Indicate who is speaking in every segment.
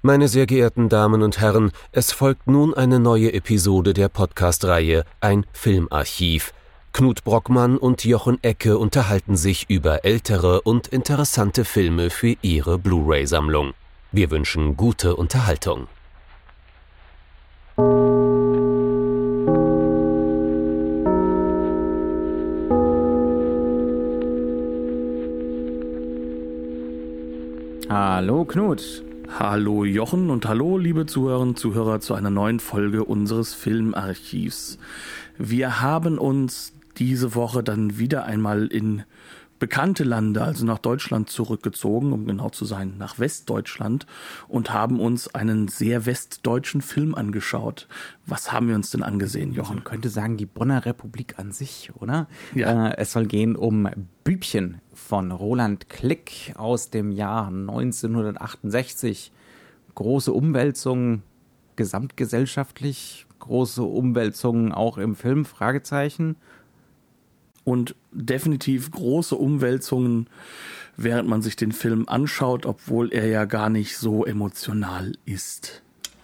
Speaker 1: Meine sehr geehrten Damen und Herren, es folgt nun eine neue Episode der Podcast-Reihe Ein Filmarchiv. Knut Brockmann und Jochen Ecke unterhalten sich über ältere und interessante Filme für ihre Blu-ray-Sammlung. Wir wünschen gute Unterhaltung.
Speaker 2: Hallo Knut.
Speaker 3: Hallo Jochen und hallo liebe Zuhörerinnen und Zuhörer zu einer neuen Folge unseres Filmarchivs. Wir haben uns diese Woche dann wieder einmal in bekannte Lande, also nach Deutschland zurückgezogen, um genau zu sein, nach Westdeutschland und haben uns einen sehr westdeutschen Film angeschaut. Was haben wir uns denn angesehen, Jochen?
Speaker 2: Man könnte sagen, die Bonner Republik an sich, oder?
Speaker 3: Ja.
Speaker 2: Es soll gehen um Bübchen von Roland Klick aus dem Jahr 1968. Große Umwälzungen gesamtgesellschaftlich, große Umwälzungen auch im Film, Fragezeichen.
Speaker 3: Und definitiv große Umwälzungen, während man sich den Film anschaut, obwohl er ja gar nicht so emotional ist.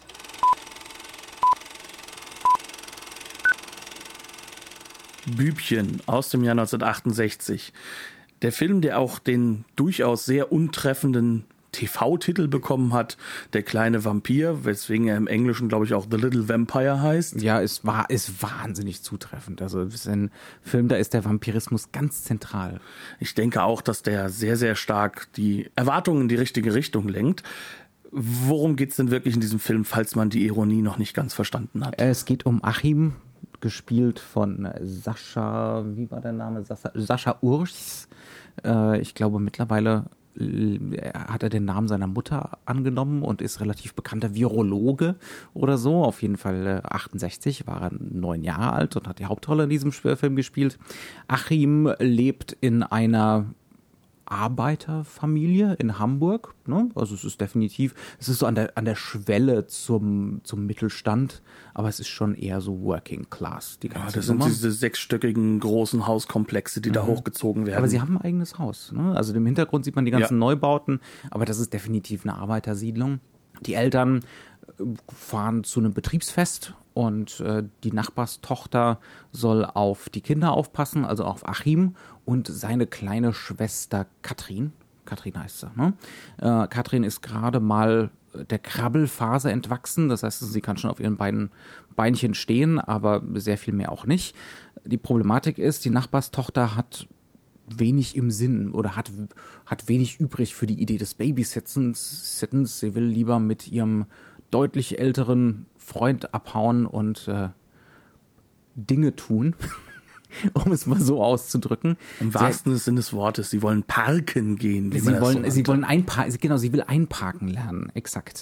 Speaker 3: Bübchen aus dem Jahr 1968. Der Film, der auch den durchaus sehr untreffenden TV-Titel bekommen hat, Der kleine Vampir, weswegen er im Englischen, glaube ich, auch The Little Vampire heißt.
Speaker 2: Ja, ist wahnsinnig zutreffend. Also es ist ein Film, da ist der Vampirismus ganz zentral.
Speaker 3: Ich denke auch, dass der sehr, sehr stark die Erwartungen in die richtige Richtung lenkt. Worum geht's denn wirklich in diesem Film, falls man die Ironie noch nicht ganz verstanden hat?
Speaker 2: Es geht um Achim, gespielt von Sascha, wie war der Name? Sascha Urchs. Ich glaube, mittlerweile hat er den Namen seiner Mutter angenommen und ist relativ bekannter Virologe oder so. Auf jeden Fall 68, war er 9 Jahre alt und hat die Hauptrolle in diesem Film gespielt. Achim lebt in einer Arbeiterfamilie in Hamburg, ne? Also es ist so an der Schwelle zum Mittelstand, aber es ist schon eher so Working Class.
Speaker 3: Das sind diese 6-stöckigen großen Hauskomplexe, die da hochgezogen werden.
Speaker 2: Aber sie haben ein eigenes Haus, ne? Also im Hintergrund sieht man die ganzen Neubauten, aber das ist definitiv eine Arbeitersiedlung. Die Eltern fahren zu einem Betriebsfest und die Nachbarstochter soll auf die Kinder aufpassen, also auf Achim und seine kleine Schwester Katrin. Katrin heißt sie, ne? Katrin ist gerade mal der Krabbelphase entwachsen, das heißt, sie kann schon auf ihren beiden Beinchen stehen, aber sehr viel mehr auch nicht. Die Problematik ist, die Nachbarstochter hat wenig im Sinn oder hat wenig übrig für die Idee des Babysittens. Sie will lieber mit ihrem deutlich älteren Freund abhauen und Dinge tun, um es mal so auszudrücken.
Speaker 3: Im wahrsten Sinne des Wortes, sie wollen parken gehen.
Speaker 2: Sie will einparken lernen, exakt.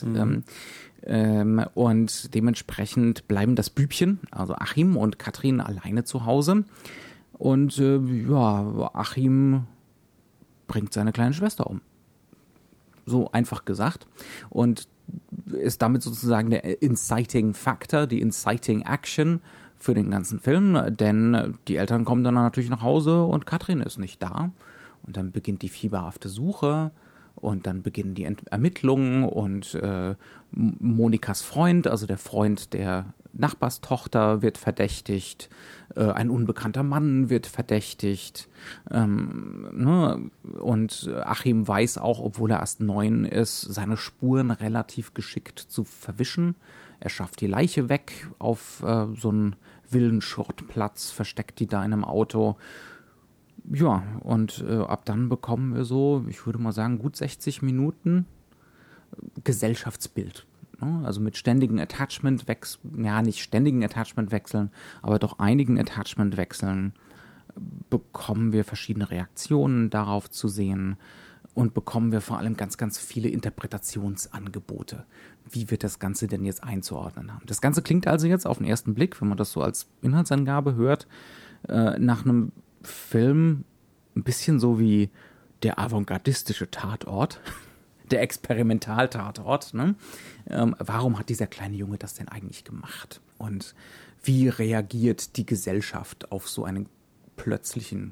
Speaker 2: Und dementsprechend bleiben das Bübchen, also Achim und Katrin, alleine zu Hause. Und Achim bringt seine kleine Schwester um. So einfach gesagt. Und ist damit sozusagen der Inciting Factor, die Inciting Action für den ganzen Film. Denn die Eltern kommen dann natürlich nach Hause und Katrin ist nicht da. Und dann beginnt die fieberhafte Suche. Und dann beginnen die Ermittlungen und Monikas Freund, also der Freund der Nachbarstochter, wird verdächtigt, ein unbekannter Mann wird verdächtigt, und Achim weiß auch, obwohl er erst 9 ist, seine Spuren relativ geschickt zu verwischen. Er schafft die Leiche weg auf so einen Villenschrottplatz, versteckt die da in einem Auto. Ja, und ab dann bekommen wir so, ich würde mal sagen, gut 60 Minuten Gesellschaftsbild. Ne? Also mit ständigen nicht ständigen Attachmentwechseln, aber doch einigen Attachmentwechseln bekommen wir verschiedene Reaktionen darauf zu sehen und bekommen wir vor allem ganz, ganz viele Interpretationsangebote. Wie wird das Ganze denn jetzt einzuordnen haben? Das Ganze klingt also jetzt auf den ersten Blick, wenn man das so als Inhaltsangabe hört, nach einem Film ein bisschen so wie der avantgardistische Tatort, der Experimentaltatort. Ne? Warum hat dieser kleine Junge das denn eigentlich gemacht? Und wie reagiert die Gesellschaft auf so einen plötzlichen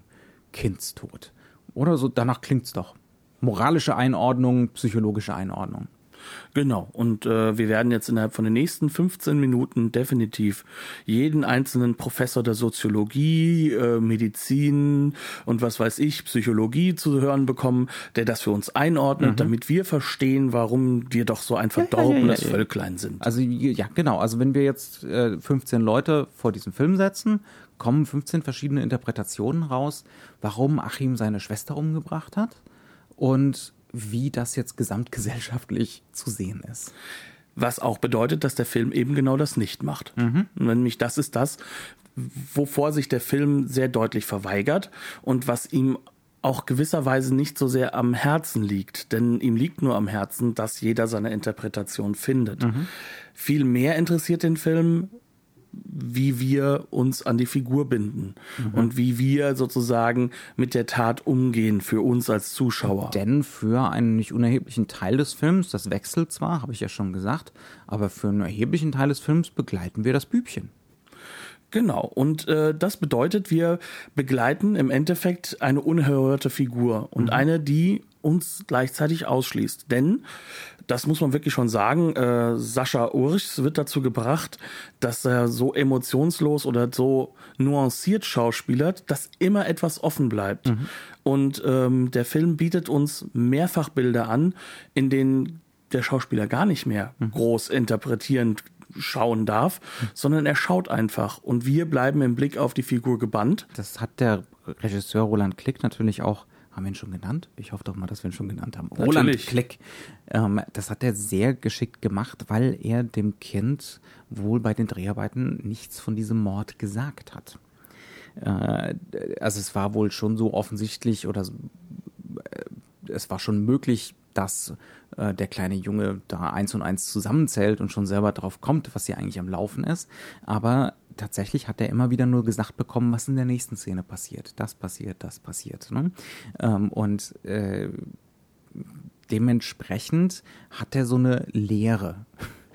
Speaker 2: Kindstod? Oder so, danach klingt's doch. Moralische Einordnung, psychologische Einordnung.
Speaker 3: Genau, und wir werden jetzt innerhalb von den nächsten 15 Minuten definitiv jeden einzelnen Professor der Soziologie, Medizin und was weiß ich, Psychologie zu hören bekommen, der das für uns einordnet, damit wir verstehen, warum wir doch so ein verdorbenes Völklein sind.
Speaker 2: Also ja, genau. Also wenn wir jetzt 15 Leute vor diesen Film setzen, kommen 15 verschiedene Interpretationen raus, warum Achim seine Schwester umgebracht hat und wie das jetzt gesamtgesellschaftlich zu sehen ist.
Speaker 3: Was auch bedeutet, dass der Film eben genau das nicht macht. Nämlich das ist das, wovor sich der Film sehr deutlich verweigert und was ihm auch gewisserweise nicht so sehr am Herzen liegt. Denn ihm liegt nur am Herzen, dass jeder seine Interpretation findet. Viel mehr interessiert den Film, wie wir uns an die Figur binden und wie wir sozusagen mit der Tat umgehen für uns als Zuschauer.
Speaker 2: Denn für einen nicht unerheblichen Teil des Films, das wechselt zwar, habe ich ja schon gesagt, aber für einen erheblichen Teil des Films begleiten wir das Bübchen.
Speaker 3: Genau, und das bedeutet, wir begleiten im Endeffekt eine unerhörte Figur und eine, die uns gleichzeitig ausschließt. Denn, das muss man wirklich schon sagen, Sascha Urchs wird dazu gebracht, dass er so emotionslos oder so nuanciert schauspielert, dass immer etwas offen bleibt. Und der Film bietet uns mehrfach Bilder an, in denen der Schauspieler gar nicht mehr groß interpretierend schauen darf, sondern er schaut einfach und wir bleiben im Blick auf die Figur gebannt.
Speaker 2: Das hat der Regisseur Roland Klick natürlich auch, haben wir ihn schon genannt? Ich hoffe doch mal, dass wir ihn schon genannt haben.
Speaker 3: Natürlich.
Speaker 2: Roland Klick, das hat er sehr geschickt gemacht, weil er dem Kind wohl bei den Dreharbeiten nichts von diesem Mord gesagt hat. Also es war wohl schon so offensichtlich oder es war schon möglich, dass der kleine Junge da 1 und 1 zusammenzählt und schon selber drauf kommt, was hier eigentlich am Laufen ist. Aber tatsächlich hat er immer wieder nur gesagt bekommen, was in der nächsten Szene passiert. Das passiert, das passiert. Ne? Und dementsprechend hat er so eine Leere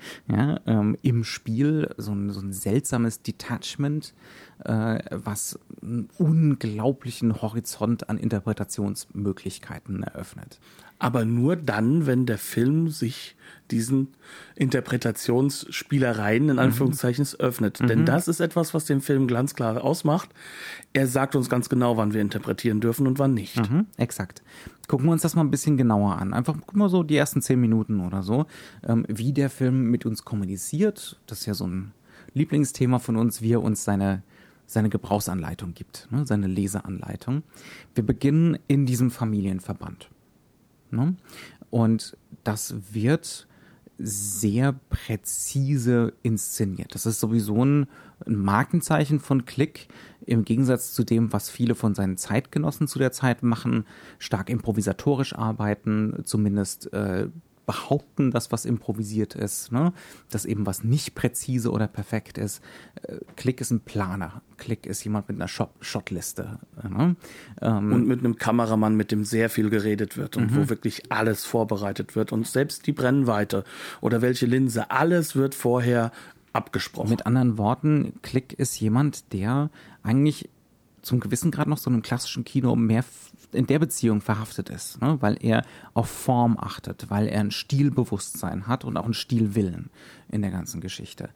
Speaker 2: im Spiel, so ein seltsames Detachment, was einen unglaublichen Horizont an Interpretationsmöglichkeiten eröffnet.
Speaker 3: Aber nur dann, wenn der Film sich diesen Interpretationsspielereien in Anführungszeichen öffnet. Denn das ist etwas, was den Film ganz klar ausmacht. Er sagt uns ganz genau, wann wir interpretieren dürfen und wann nicht.
Speaker 2: Exakt. Gucken wir uns das mal ein bisschen genauer an. Einfach gucken wir so die ersten 10 Minuten oder so, wie der Film mit uns kommuniziert. Das ist ja so ein Lieblingsthema von uns, wie er uns seine Gebrauchsanleitung gibt, ne? Seine Leseanleitung. Wir beginnen in diesem Familienverband. Ne? Und das wird sehr präzise inszeniert. Das ist sowieso ein Markenzeichen von Klick, im Gegensatz zu dem, was viele von seinen Zeitgenossen zu der Zeit machen, stark improvisatorisch arbeiten, zumindest behaupten, dass was improvisiert ist, ne? Dass eben was nicht präzise oder perfekt ist. Klick ist ein Planer. Klick ist jemand mit einer Shotliste. Ne?
Speaker 3: Und mit einem Kameramann, mit dem sehr viel geredet wird und wo wirklich alles vorbereitet wird. Und selbst die Brennweite oder welche Linse, alles wird vorher abgesprochen.
Speaker 2: Mit anderen Worten, Klick ist jemand, der eigentlich zum gewissen Grad noch so einem klassischen Kino mehr in der Beziehung verhaftet ist, ne? Weil er auf Form achtet, weil er ein Stilbewusstsein hat und auch einen Stilwillen in der ganzen Geschichte.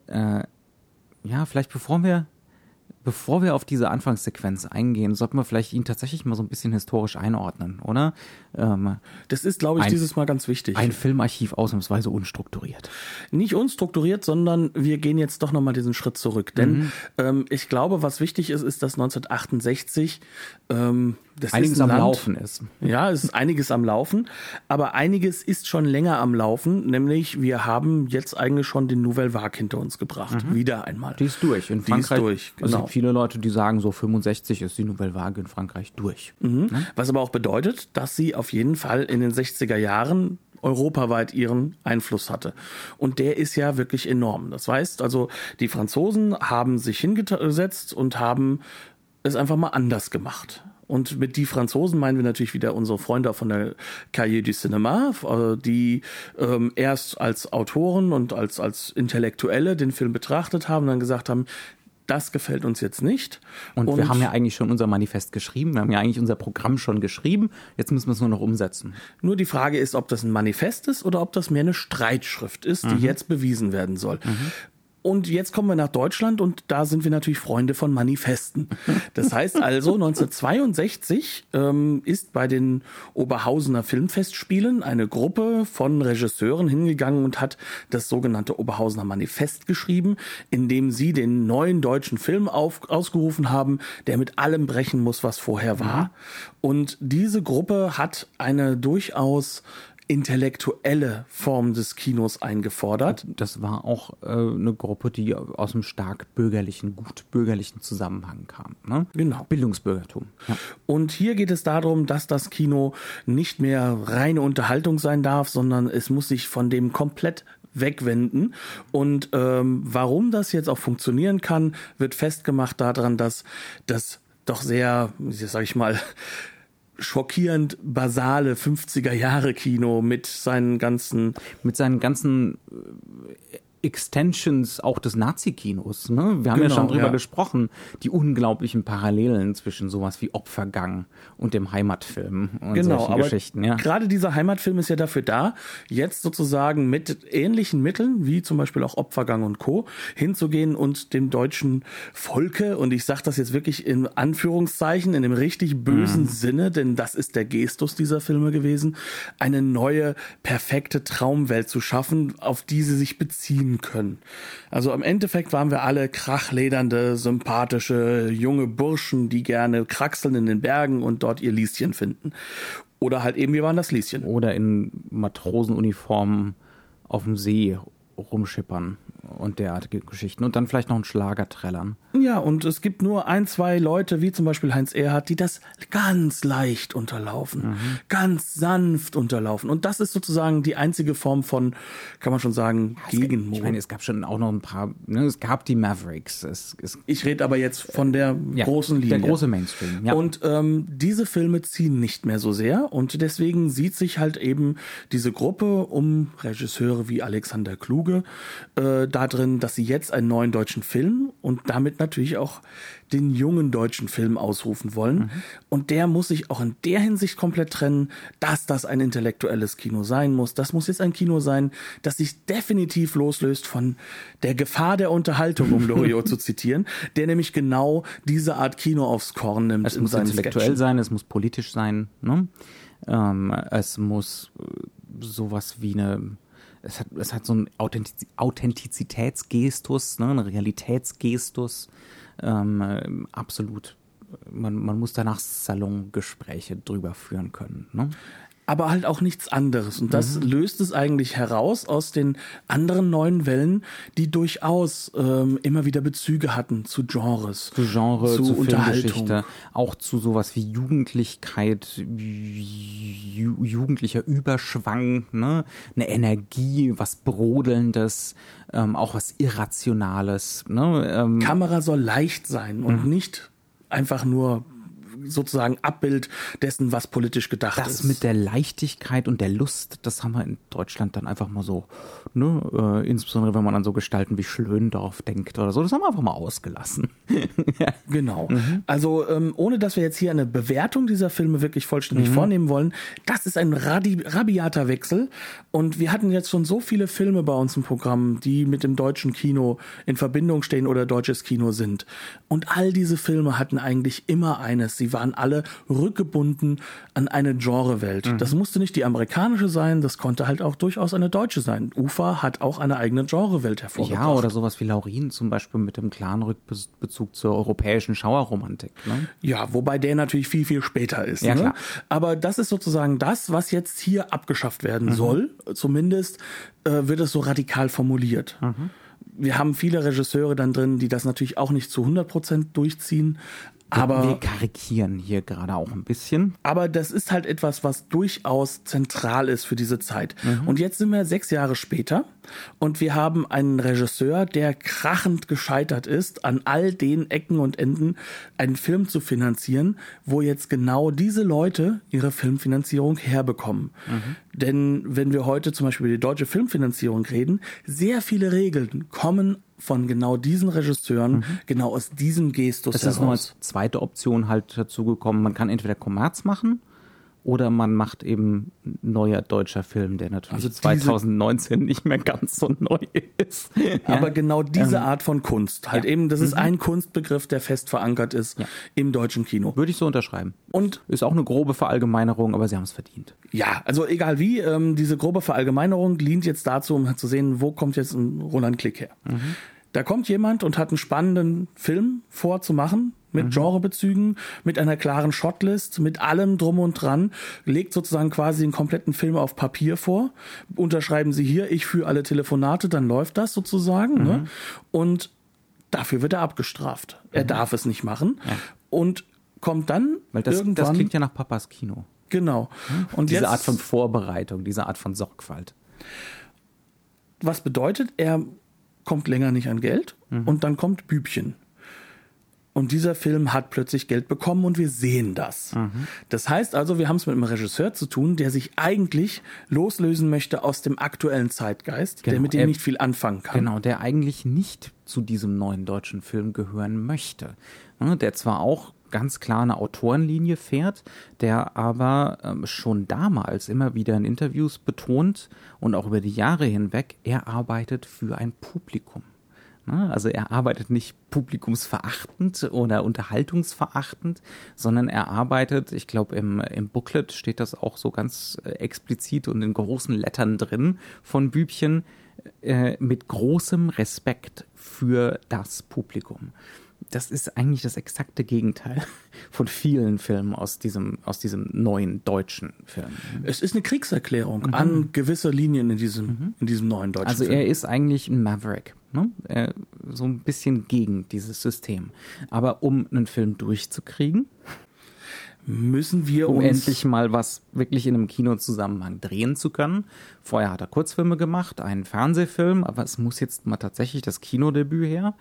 Speaker 2: Vielleicht bevor wir auf diese Anfangssequenz eingehen, sollten wir vielleicht ihn tatsächlich mal so ein bisschen historisch einordnen, oder?
Speaker 3: Das ist, glaube ich, dieses Mal ganz wichtig.
Speaker 2: Ein Filmarchiv ausnahmsweise unstrukturiert.
Speaker 3: Nicht unstrukturiert, sondern wir gehen jetzt doch nochmal diesen Schritt zurück. Denn ich glaube, was wichtig ist, ist, dass 1968
Speaker 2: einiges am Laufen ist.
Speaker 3: Ja, es ist einiges am Laufen, aber einiges ist schon länger am Laufen, nämlich wir haben jetzt eigentlich schon den Nouvelle Vague hinter uns gebracht. Wieder einmal.
Speaker 2: Die ist durch. In Frankreich,
Speaker 3: die ist durch, genau.
Speaker 2: Es gibt viele Leute, die sagen, so 65 ist die Nouvelle Vague in Frankreich durch.
Speaker 3: Was aber auch bedeutet, dass sie auf jeden Fall in den 60er Jahren europaweit ihren Einfluss hatte. Und der ist ja wirklich enorm. Das heißt also, die Franzosen haben sich hingesetzt und haben es einfach mal anders gemacht. Und mit die Franzosen meinen wir natürlich wieder unsere Freunde von der Cahiers du Cinéma, die erst als Autoren und als Intellektuelle den Film betrachtet haben und dann gesagt haben, das gefällt uns jetzt nicht.
Speaker 2: Und wir haben ja eigentlich schon unser Manifest geschrieben, wir haben ja eigentlich unser Programm schon geschrieben, jetzt müssen wir es nur noch umsetzen.
Speaker 3: Nur die Frage ist, ob das ein Manifest ist oder ob das mehr eine Streitschrift ist, die jetzt bewiesen werden soll. Und jetzt kommen wir nach Deutschland und da sind wir natürlich Freunde von Manifesten. Das heißt also, 1962 ist bei den Oberhausener Filmfestspielen eine Gruppe von Regisseuren hingegangen und hat das sogenannte Oberhausener Manifest geschrieben, in dem sie den neuen deutschen Film ausgerufen haben, der mit allem brechen muss, was vorher war. Und diese Gruppe hat eine durchaus intellektuelle Form des Kinos eingefordert.
Speaker 2: Das war auch eine Gruppe, die aus einem stark bürgerlichen, gut bürgerlichen Zusammenhang kam. Ne?
Speaker 3: Genau.
Speaker 2: Bildungsbürgertum. Ja.
Speaker 3: Und hier geht es darum, dass das Kino nicht mehr reine Unterhaltung sein darf, sondern es muss sich von dem komplett wegwenden. Und warum das jetzt auch funktionieren kann, wird festgemacht daran, dass das doch sehr, sag ich mal, schockierend basale 50er-Jahre-Kino mit seinen ganzen Extensions auch des Nazi-Kinos. Ne? Wir haben ja schon drüber gesprochen, die unglaublichen Parallelen zwischen sowas wie Opfergang und dem Heimatfilm und solchen Geschichten. Ja. Gerade dieser Heimatfilm ist ja dafür da, jetzt sozusagen mit ähnlichen Mitteln, wie zum Beispiel auch Opfergang und Co., hinzugehen und dem deutschen Volke, und ich sage das jetzt wirklich in Anführungszeichen, in dem richtig bösen Sinne, denn das ist der Gestus dieser Filme gewesen, eine neue, perfekte Traumwelt zu schaffen, auf die sie sich beziehen können. Also im Endeffekt waren wir alle krachledernde, sympathische, junge Burschen, die gerne kraxeln in den Bergen und dort ihr Lieschen finden. Oder halt eben, wir waren das Lieschen.
Speaker 2: Oder in Matrosenuniformen auf dem See rumschippern und derartige Geschichten. Und dann vielleicht noch einen Schlager trällern.
Speaker 3: Ja, und es gibt nur 1, 2 Leute, wie zum Beispiel Heinz Erhardt, die das ganz leicht unterlaufen, ganz sanft unterlaufen. Und das ist sozusagen die einzige Form von, kann man schon sagen, Gegenmod.
Speaker 2: Ich meine, es gab schon auch noch ein paar, ne, es gab die Mavericks.
Speaker 3: Ich rede aber jetzt von der großen Linie.
Speaker 2: Der große Mainstream, ja.
Speaker 3: Und diese Filme ziehen nicht mehr so sehr und deswegen sieht sich halt eben diese Gruppe um Regisseure wie Alexander Kluge da drin, dass sie jetzt einen neuen deutschen Film und damit natürlich auch den jungen deutschen Film ausrufen wollen. Und der muss sich auch in der Hinsicht komplett trennen, dass das ein intellektuelles Kino sein muss. Das muss jetzt ein Kino sein, das sich definitiv loslöst von der Gefahr der Unterhaltung, um Loriot zu zitieren, der nämlich genau diese Art Kino aufs Korn nimmt.
Speaker 2: Es muss intellektuell sein, es muss politisch sein, ne? Es muss sowas wie es hat so einen Authentizitätsgestus, ne, einen Realitätsgestus. Absolut. Man muss danach Salongespräche drüber führen können. Ne?
Speaker 3: Aber halt auch nichts anderes. Und das löst es eigentlich heraus aus den anderen neuen Wellen, die durchaus immer wieder Bezüge hatten zu Genres.
Speaker 2: Zu Unterhaltung. Auch zu sowas wie Jugendlichkeit, jugendlicher Überschwang, ne? Eine Energie, was Brodelndes, auch was Irrationales. Ne?
Speaker 3: Kamera soll leicht sein und nicht einfach nur sozusagen Abbild dessen, was politisch gedacht ist.
Speaker 2: Das mit der Leichtigkeit und der Lust, das haben wir in Deutschland dann einfach mal so, ne, insbesondere wenn man an so Gestalten wie Schlöndorff denkt oder so, das haben wir einfach mal ausgelassen.
Speaker 3: Genau. Also ohne, dass wir jetzt hier eine Bewertung dieser Filme wirklich vollständig vornehmen wollen, das ist ein rabiater Wechsel und wir hatten jetzt schon so viele Filme bei uns im Programm, die mit dem deutschen Kino in Verbindung stehen oder deutsches Kino sind. Und all diese Filme hatten eigentlich immer eines, sie waren alle rückgebunden an eine Genrewelt. Das musste nicht die amerikanische sein, das konnte halt auch durchaus eine deutsche sein. Ufa hat auch eine eigene Genrewelt hervorgebracht.
Speaker 2: Ja, oder sowas wie Laurin zum Beispiel mit dem klaren Rückbezug zur europäischen Schauerromantik. Ne?
Speaker 3: Ja, wobei der natürlich viel, viel später ist.
Speaker 2: Ja,
Speaker 3: ne?
Speaker 2: klar.
Speaker 3: Aber das ist sozusagen das, was jetzt hier abgeschafft werden soll. Zumindest wird es so radikal formuliert. Wir haben viele Regisseure dann drin, die das natürlich auch nicht zu 100% durchziehen. Aber
Speaker 2: wir karikieren hier gerade auch ein bisschen.
Speaker 3: Aber das ist halt etwas, was durchaus zentral ist für diese Zeit. Und jetzt sind wir 6 Jahre später Und wir haben einen Regisseur, der krachend gescheitert ist, an all den Ecken und Enden einen Film zu finanzieren, wo jetzt genau diese Leute ihre Filmfinanzierung herbekommen. Denn wenn wir heute zum Beispiel über die deutsche Filmfinanzierung reden, sehr viele Regeln kommen von genau diesen Regisseuren, genau aus diesem Gestus heraus.
Speaker 2: Es ist nur als zweite Option halt dazugekommen, man kann entweder Kommerz machen oder man macht eben neuer deutscher Film, der natürlich 2019 nicht mehr ganz so neu ist.
Speaker 3: Aber genau diese Art von Kunst, halt eben, das ist ein Kunstbegriff, der fest verankert ist im deutschen Kino.
Speaker 2: Würde ich so unterschreiben.
Speaker 3: Und
Speaker 2: ist auch eine grobe Verallgemeinerung, aber sie haben es verdient.
Speaker 3: Ja, also egal wie, diese grobe Verallgemeinerung dient jetzt dazu, um zu sehen, wo kommt jetzt ein Roland Klick her. Da kommt jemand und hat einen spannenden Film vorzumachen, mit Genrebezügen, mit einer klaren Shotlist, mit allem drum und dran, legt sozusagen quasi einen kompletten Film auf Papier vor, unterschreiben Sie hier, ich führe alle Telefonate, dann läuft das sozusagen, ne? Und dafür wird er abgestraft. Er darf es nicht machen und kommt dann
Speaker 2: weil das klingt ja nach Papas Kino.
Speaker 3: Genau. Und
Speaker 2: diese Art von Vorbereitung, diese Art von Sorgfalt.
Speaker 3: Was bedeutet, er kommt länger nicht an Geld und dann kommt Bübchen. Und dieser Film hat plötzlich Geld bekommen und wir sehen das. Das heißt also, wir haben es mit einem Regisseur zu tun, der sich eigentlich loslösen möchte aus dem aktuellen Zeitgeist, der mit dem nicht viel anfangen kann.
Speaker 2: Genau, der eigentlich nicht zu diesem neuen deutschen Film gehören möchte. Der zwar auch ganz klar eine Autorenlinie fährt, der aber schon damals immer wieder in Interviews betont und auch über die Jahre hinweg, er arbeitet für ein Publikum. Also er arbeitet nicht publikumsverachtend oder unterhaltungsverachtend, sondern er arbeitet, ich glaube im Booklet steht das auch so ganz explizit und in großen Lettern drin von Bübchen, mit großem Respekt für das Publikum. Das ist eigentlich das exakte Gegenteil von vielen Filmen aus diesem neuen deutschen Film.
Speaker 3: Es ist eine Kriegserklärung an gewisse Linien in diesem neuen deutschen Film.
Speaker 2: Also er ist eigentlich ein Maverick, ne? So ein bisschen gegen dieses System. Aber um einen Film durchzukriegen,
Speaker 3: müssen wir
Speaker 2: um endlich mal was wirklich in einem Kinozusammenhang drehen zu können. Vorher hat er Kurzfilme gemacht, einen Fernsehfilm, aber es muss jetzt mal tatsächlich das Kinodebüt her.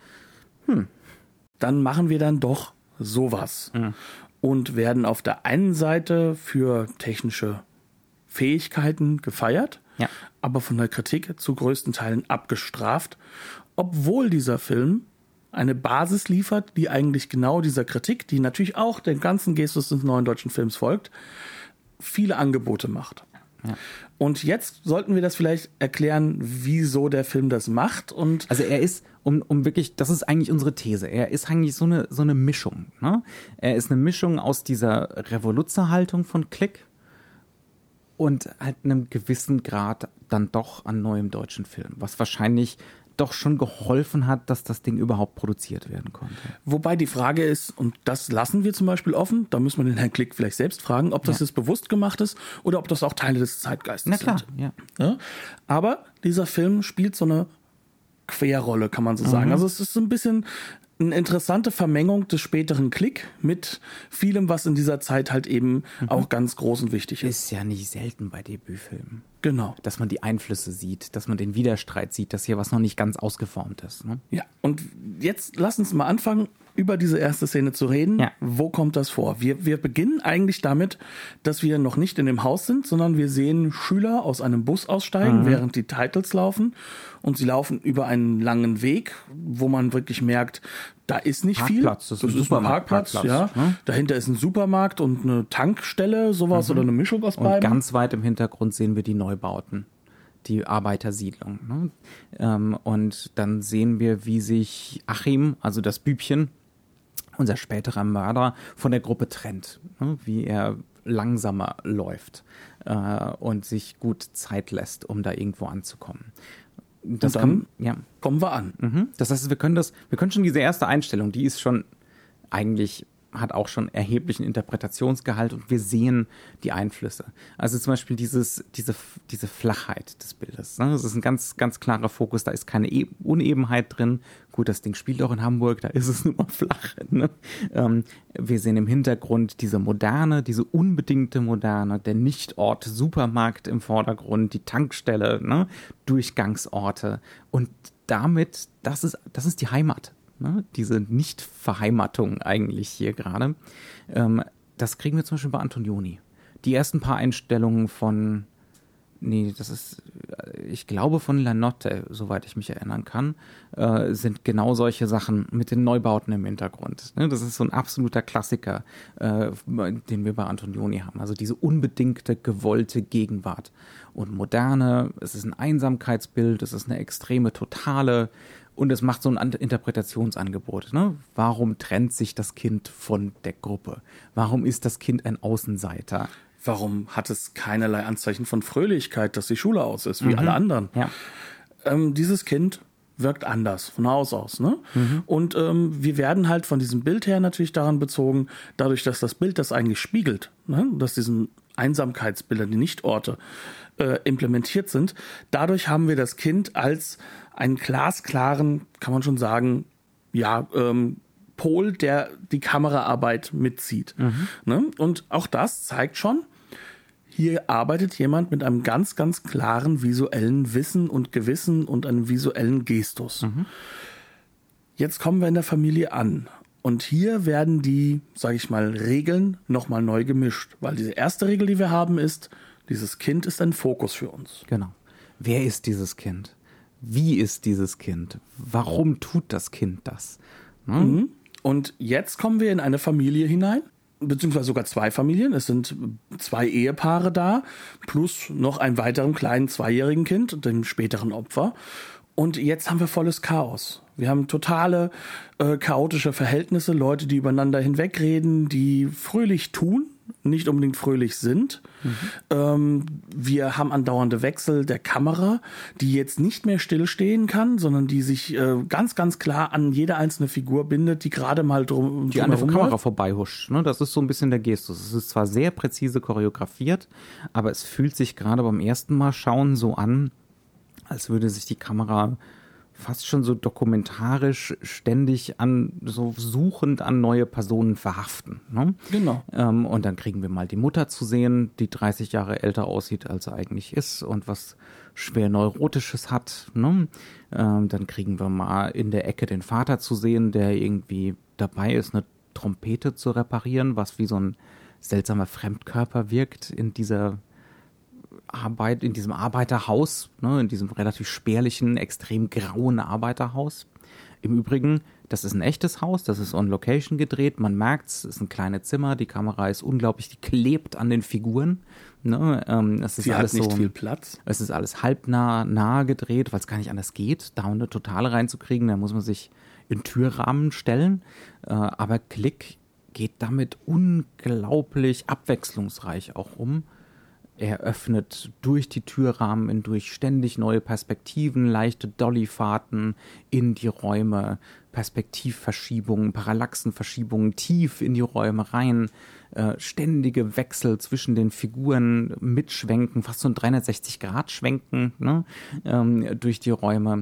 Speaker 3: Dann machen wir dann doch sowas und werden auf der einen Seite für technische Fähigkeiten gefeiert, aber von der Kritik zu größten Teilen abgestraft, obwohl dieser Film eine Basis liefert, die eigentlich genau dieser Kritik, die natürlich auch dem ganzen Gestus des neuen deutschen Films folgt, viele Angebote macht. Ja. Und jetzt sollten wir das vielleicht erklären, wieso der Film das macht. Und
Speaker 2: also er ist, um wirklich, das ist eigentlich unsere These, er ist eigentlich so eine Mischung. Ne? Er ist eine Mischung aus dieser Revoluzerhaltung von Klick und halt einem gewissen Grad dann doch an neuem deutschen Film, was wahrscheinlich doch schon geholfen hat, dass das Ding überhaupt produziert werden konnte.
Speaker 3: Wobei die Frage ist, und das lassen wir zum Beispiel offen, da müssen wir den Herrn Klick vielleicht selbst fragen, ob das jetzt bewusst gemacht ist oder ob das auch Teile des Zeitgeistes sind. Ja? Aber dieser Film spielt so eine Querrolle, kann man so sagen. Also es ist so ein bisschen eine interessante Vermengung des späteren Klick mit vielem, was in dieser Zeit halt eben auch ganz groß und wichtig ist.
Speaker 2: Ist ja nicht selten bei Debütfilmen.
Speaker 3: Genau.
Speaker 2: Dass man die Einflüsse sieht, dass man den Widerstreit sieht, dass hier was noch nicht ganz ausgeformt ist. Ne?
Speaker 3: Ja, und jetzt lass uns mal anfangen, über diese erste Szene zu reden. Ja. Wo kommt das vor? Wir beginnen eigentlich damit, dass wir noch nicht in dem Haus sind, sondern wir sehen Schüler aus einem Bus aussteigen, während die Titles laufen. Und sie laufen über einen langen Weg, wo man wirklich merkt, da ist nicht
Speaker 2: Parkplatz,
Speaker 3: viel.
Speaker 2: Das ist ein Parkplatz,
Speaker 3: ja. Ne? Dahinter ist ein Supermarkt und eine Tankstelle, sowas oder eine Mischung aus beiden.
Speaker 2: Und ganz weit im Hintergrund sehen wir die Neubauten, die Arbeitersiedlung. Ne? Und dann sehen wir, wie sich Achim, also das Bübchen, unser späterer Mörder, von der Gruppe trennt. Ne? Wie er langsamer läuft und sich gut Zeit lässt, um da irgendwo anzukommen.
Speaker 3: Das kommen wir an.
Speaker 2: Das heißt, wir können schon diese erste Einstellung, die ist schon eigentlich hat auch schon erheblichen Interpretationsgehalt und wir sehen die Einflüsse. Also zum Beispiel diese Flachheit des Bildes. Ne? Das ist ein ganz, ganz klarer Fokus, da ist keine Unebenheit drin. Gut, das Ding spielt auch in Hamburg, da ist es nun mal flach. Ne? Wir sehen im Hintergrund diese Moderne, diese unbedingte Moderne, der Nichtort Supermarkt im Vordergrund, die Tankstelle, ne? Durchgangsorte und damit, das ist die Heimat. Ne, diese Nicht-Verheimatung eigentlich hier gerade. Das kriegen wir zum Beispiel bei Antonioni. Die ersten paar Einstellungen ich glaube von Lanotte, soweit ich mich erinnern kann, sind genau solche Sachen mit den Neubauten im Hintergrund. Ne, das ist so ein absoluter Klassiker, den wir bei Antonioni haben. Also diese unbedingte, gewollte Gegenwart. Und Moderne, es ist ein Einsamkeitsbild, es ist eine extreme Totale. Und es macht so ein Interpretationsangebot. Ne? Warum trennt sich das Kind von der Gruppe? Warum ist das Kind ein Außenseiter?
Speaker 3: Warum hat es keinerlei Anzeichen von Fröhlichkeit, dass die Schule aus ist, wie alle anderen?
Speaker 2: Ja.
Speaker 3: Dieses Kind wirkt anders, von Haus aus. Ne? Und wir werden halt von diesem Bild her natürlich daran bezogen, dadurch, dass das Bild das eigentlich spiegelt, ne? Dass diesen Einsamkeitsbilder, die Nichtorte implementiert sind. Dadurch haben wir das Kind als einen glasklaren, kann man schon sagen, Pol, der die Kameraarbeit mitzieht. Ne? Und auch das zeigt schon, hier arbeitet jemand mit einem ganz, ganz klaren visuellen Wissen und Gewissen und einem visuellen Gestus. Jetzt kommen wir in der Familie an. Und hier werden die, sage ich mal, Regeln nochmal neu gemischt. Weil diese erste Regel, die wir haben, ist, dieses Kind ist ein Fokus für uns.
Speaker 2: Genau. Wer ist dieses Kind? Wie ist dieses Kind? Warum tut das Kind das? Ne?
Speaker 3: Und jetzt kommen wir in eine Familie hinein, beziehungsweise sogar 2 Familien. Es sind 2 Ehepaare da, plus noch einen weiteren kleinen 2-jährigen Kind, dem späteren Opfer. Und jetzt haben wir volles Chaos. Wir haben totale chaotische Verhältnisse, Leute, die übereinander hinwegreden, die fröhlich tun, nicht unbedingt fröhlich sind. Wir haben andauernde Wechsel der Kamera, die jetzt nicht mehr stillstehen kann, sondern die sich ganz, ganz klar an jede einzelne Figur bindet, die gerade mal
Speaker 2: die an der Kamera vorbeihuscht. Ne? Das ist so ein bisschen der Gestus. Es ist zwar sehr präzise choreografiert, aber es fühlt sich gerade beim ersten Mal schauen so an, als würde sich die Kamera fast schon so dokumentarisch ständig so suchend an neue Personen verhaften. Ne?
Speaker 3: Genau.
Speaker 2: Und dann kriegen wir mal die Mutter zu sehen, die 30 Jahre älter aussieht, als er eigentlich ist und was schwer Neurotisches hat. Ne? Dann kriegen wir mal in der Ecke den Vater zu sehen, der irgendwie dabei ist, eine Trompete zu reparieren, was wie so ein seltsamer Fremdkörper wirkt in dieser Arbeit, in diesem Arbeiterhaus, ne, in diesem relativ spärlichen, extrem grauen Arbeiterhaus. Im Übrigen, das ist ein echtes Haus, das ist on Location gedreht, man merkt's, es ist ein kleines Zimmer, die Kamera ist unglaublich, die klebt an den Figuren. Ne, es ist
Speaker 3: Sie
Speaker 2: alles
Speaker 3: hat nicht
Speaker 2: so,
Speaker 3: viel Platz.
Speaker 2: Es ist alles halbnah gedreht, weil es gar nicht anders geht, da eine Totale reinzukriegen, da muss man sich in Türrahmen stellen. Aber Click geht damit unglaublich abwechslungsreich auch um. Er öffnet durch die Türrahmen hindurch ständig neue Perspektiven, leichte Dollyfahrten in die Räume, Perspektivverschiebungen, Parallaxenverschiebungen tief in die Räume rein, ständige Wechsel zwischen den Figuren, mitschwenken, fast so ein 360-Grad-Schwenken, ne, durch die Räume.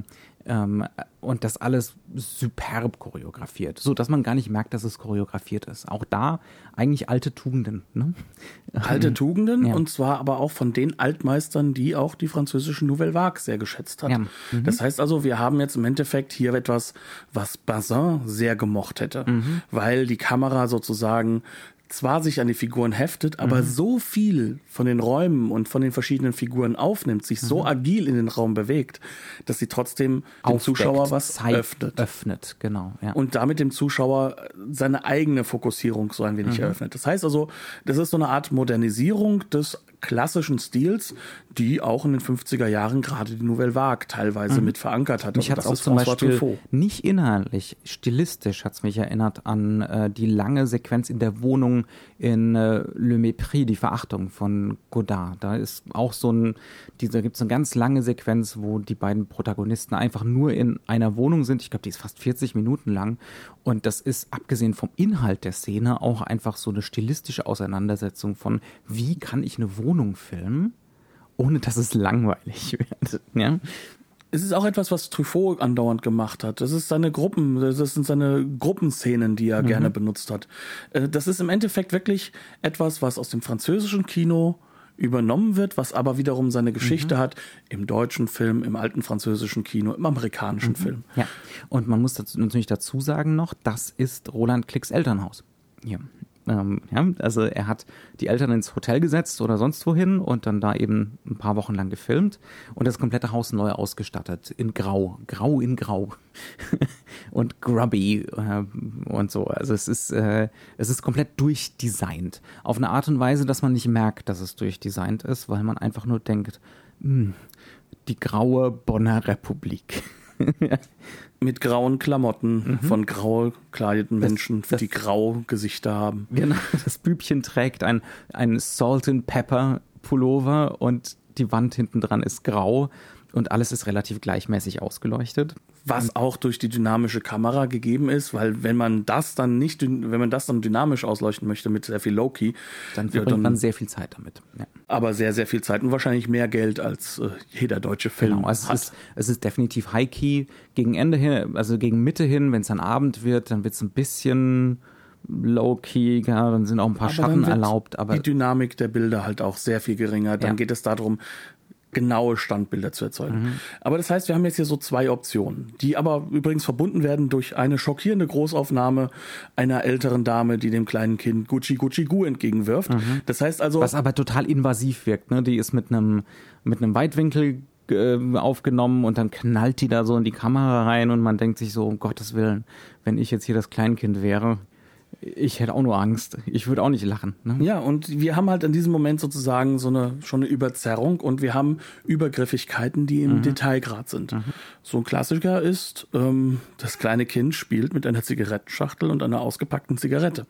Speaker 2: Und das alles superb choreografiert, so dass man gar nicht merkt, dass es choreografiert ist. Auch da eigentlich alte Tugenden. Ne?
Speaker 3: Alte Tugenden,
Speaker 2: ja.
Speaker 3: Und zwar aber auch von den Altmeistern, die auch die französische Nouvelle Vague sehr geschätzt hat.
Speaker 2: Ja.
Speaker 3: Das heißt also, wir haben jetzt im Endeffekt hier etwas, was Bazin sehr gemocht hätte, weil die Kamera sozusagen zwar sich an die Figuren heftet, aber so viel von den Räumen und von den verschiedenen Figuren aufnimmt, sich so agil in den Raum bewegt, dass sie trotzdem dem Zuschauer was
Speaker 2: öffnet. Genau, ja.
Speaker 3: Und damit dem Zuschauer seine eigene Fokussierung so ein wenig eröffnet. Das heißt also, das ist so eine Art Modernisierung des klassischen Stils, die auch in den 50er Jahren gerade die Nouvelle Vague teilweise mit verankert hat.
Speaker 2: Mich hat es auch zum Beispiel nicht inhaltlich, stilistisch hat es mich erinnert an die lange Sequenz in der Wohnung in Le Mépris, die Verachtung von Godard. Da ist auch da gibt es eine ganz lange Sequenz, wo die beiden Protagonisten einfach nur in einer Wohnung sind. Ich glaube, die ist fast 40 Minuten lang. Und das ist, abgesehen vom Inhalt der Szene, auch einfach so eine stilistische Auseinandersetzung von, wie kann ich eine Wohnung filmen, ohne dass es langweilig wird. Ja?
Speaker 3: Es ist auch etwas, was Truffaut andauernd gemacht hat. Das sind seine Gruppenszenen, die er gerne benutzt hat. Das ist im Endeffekt wirklich etwas, was aus dem französischen Kino übernommen wird, was aber wiederum seine Geschichte hat im deutschen Film, im alten französischen Kino, im amerikanischen Film.
Speaker 2: Ja, und man muss natürlich dazu sagen noch, das ist Roland Klicks Elternhaus. Hier. Also er hat die Eltern ins Hotel gesetzt oder sonst wohin und dann da eben ein paar Wochen lang gefilmt und das komplette Haus neu ausgestattet. In Grau in Grau und grubby und so. Also es ist komplett durchdesignt. Auf eine Art und Weise, dass man nicht merkt, dass es durchdesignt ist, weil man einfach nur denkt, die graue Bonner Republik.
Speaker 3: Mit grauen Klamotten von grau gekleideten Menschen, die grau Gesichter haben.
Speaker 2: Genau, das Bübchen trägt ein Salt and Pepper Pullover und die Wand hinten dran ist grau und alles ist relativ gleichmäßig ausgeleuchtet.
Speaker 3: Was auch durch die dynamische Kamera gegeben ist, weil wenn man das dann dynamisch ausleuchten möchte mit sehr viel Low-Key,
Speaker 2: dann verbringt man sehr viel Zeit damit. Ja.
Speaker 3: Aber sehr, sehr viel Zeit und wahrscheinlich mehr Geld als jeder deutsche Film hat.
Speaker 2: Es ist definitiv High-Key. Gegen Ende hin, also gegen Mitte hin, wenn es dann Abend wird, dann wird es ein bisschen Low-Key, ja, dann sind auch ein paar Schatten erlaubt. Aber
Speaker 3: die Dynamik der Bilder halt auch sehr viel geringer. Dann geht es darum, genaue Standbilder zu erzeugen. Aber das heißt, wir haben jetzt hier so zwei Optionen, die aber übrigens verbunden werden durch eine schockierende Großaufnahme einer älteren Dame, die dem kleinen Kind Gucci Gucci Gu entgegenwirft. Das heißt also...
Speaker 2: Was aber total invasiv wirkt, ne? Die ist mit einem Weitwinkel aufgenommen und dann knallt die da so in die Kamera rein und man denkt sich so, um Gottes Willen, wenn ich jetzt hier das Kleinkind wäre, ich hätte auch nur Angst. Ich würde auch nicht lachen. Ne?
Speaker 3: Ja, und wir haben halt in diesem Moment sozusagen schon eine Überzerrung und wir haben Übergriffigkeiten, die im Detailgrad sind. So ein Klassiker ist, das kleine Kind spielt mit einer Zigarettenschachtel und einer ausgepackten Zigarette.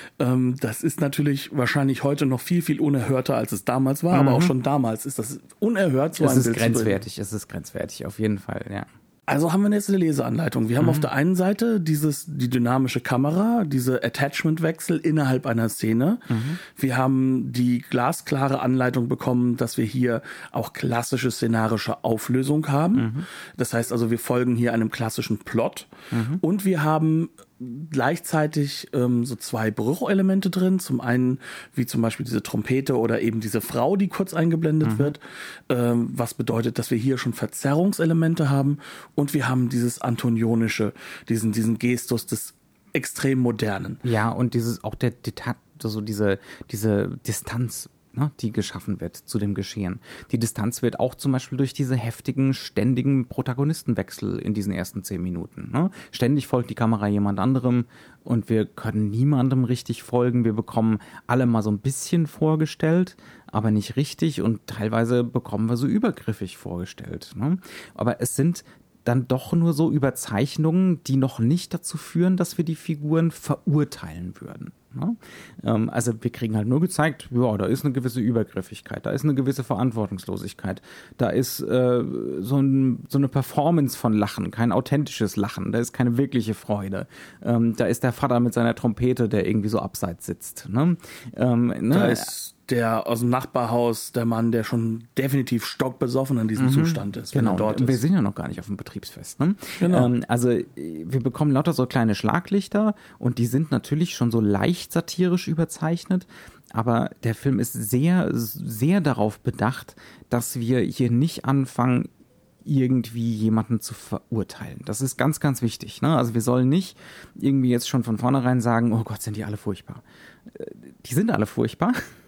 Speaker 3: Das ist natürlich wahrscheinlich heute noch viel, viel unerhörter, als es damals war, aber auch schon damals ist das unerhört, so ein Bild zu bringen.
Speaker 2: Es ist grenzwertig, auf jeden Fall, ja.
Speaker 3: Also haben wir jetzt eine Leseanleitung. Wir haben auf der einen Seite die dynamische Kamera, diese Attachment-Wechsel innerhalb einer Szene. Wir haben die glasklare Anleitung bekommen, dass wir hier auch klassische szenarische Auflösung haben. Das heißt also, wir folgen hier einem klassischen Plot. Und wir haben gleichzeitig so zwei Bruchelemente drin. Zum einen, wie zum Beispiel diese Trompete oder eben diese Frau, die kurz eingeblendet wird. Was bedeutet, dass wir hier schon Verzerrungselemente haben. Und wir haben dieses Antonionische, diesen Gestus des extrem Modernen.
Speaker 2: Ja, und auch diese Distanz, ne, die geschaffen wird zu dem Geschehen. Die Distanz wird auch zum Beispiel durch diese heftigen, ständigen Protagonistenwechsel in diesen ersten 10 Minuten. Ne? Ständig folgt die Kamera jemand anderem und wir können niemandem richtig folgen. Wir bekommen alle mal so ein bisschen vorgestellt, aber nicht richtig und teilweise bekommen wir so übergriffig vorgestellt. Ne? Aber es sind dann doch nur so Überzeichnungen, die noch nicht dazu führen, dass wir die Figuren verurteilen würden. Also wir kriegen halt nur gezeigt, ja, da ist eine gewisse Übergriffigkeit, da ist eine gewisse Verantwortungslosigkeit, da ist so eine Performance von Lachen, kein authentisches Lachen, da ist keine wirkliche Freude. Da ist der Vater mit seiner Trompete, der irgendwie so abseits sitzt.
Speaker 3: Da ist der aus dem Nachbarhaus, der Mann, der schon definitiv stockbesoffen in diesem Zustand ist.
Speaker 2: Genau, dort ist. Wir sind ja noch gar nicht auf dem Betriebsfest. Ne? Genau. Also wir bekommen lauter so kleine Schlaglichter und die sind natürlich schon so leicht satirisch überzeichnet, aber der Film ist sehr, sehr darauf bedacht, dass wir hier nicht anfangen, irgendwie jemanden zu verurteilen. Das ist ganz, ganz wichtig. Ne? Also wir sollen nicht irgendwie jetzt schon von vornherein sagen, oh Gott, sind die alle furchtbar. Die sind alle furchtbar.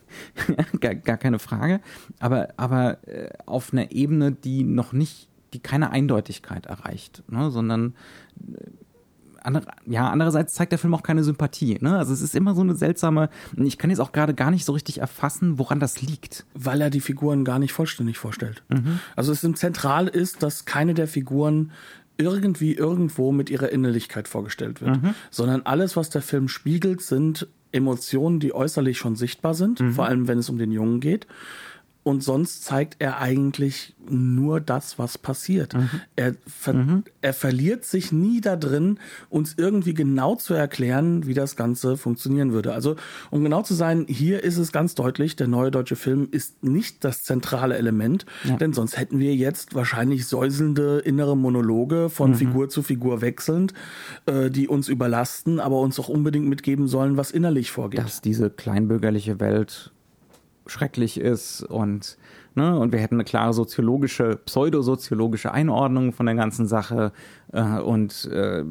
Speaker 2: gar keine Frage, aber auf einer Ebene, die keine Eindeutigkeit erreicht, ne, sondern andererseits zeigt der Film auch keine Sympathie. Ne? Also es ist immer so eine seltsame, ich kann jetzt auch gerade gar nicht so richtig erfassen, woran das liegt.
Speaker 3: Weil er die Figuren gar nicht vollständig vorstellt. Also es zentral ist, dass keine der Figuren irgendwie irgendwo mit ihrer Innerlichkeit vorgestellt wird, sondern alles, was der Film spiegelt, sind Emotionen, die äußerlich schon sichtbar sind, vor allem wenn es um den Jungen geht. Und sonst zeigt er eigentlich nur das, was passiert. Er verliert sich nie da drin, uns irgendwie genau zu erklären, wie das Ganze funktionieren würde. Also, um genau zu sein, hier ist es ganz deutlich, der neue deutsche Film ist nicht das zentrale Element, denn sonst hätten wir jetzt wahrscheinlich säuselnde innere Monologe von Figur zu Figur wechselnd, die uns überlasten, aber uns auch unbedingt mitgeben sollen, was innerlich vorgeht.
Speaker 2: Dass diese kleinbürgerliche Welt schrecklich ist und wir hätten eine klare pseudosoziologische Einordnung von der ganzen Sache und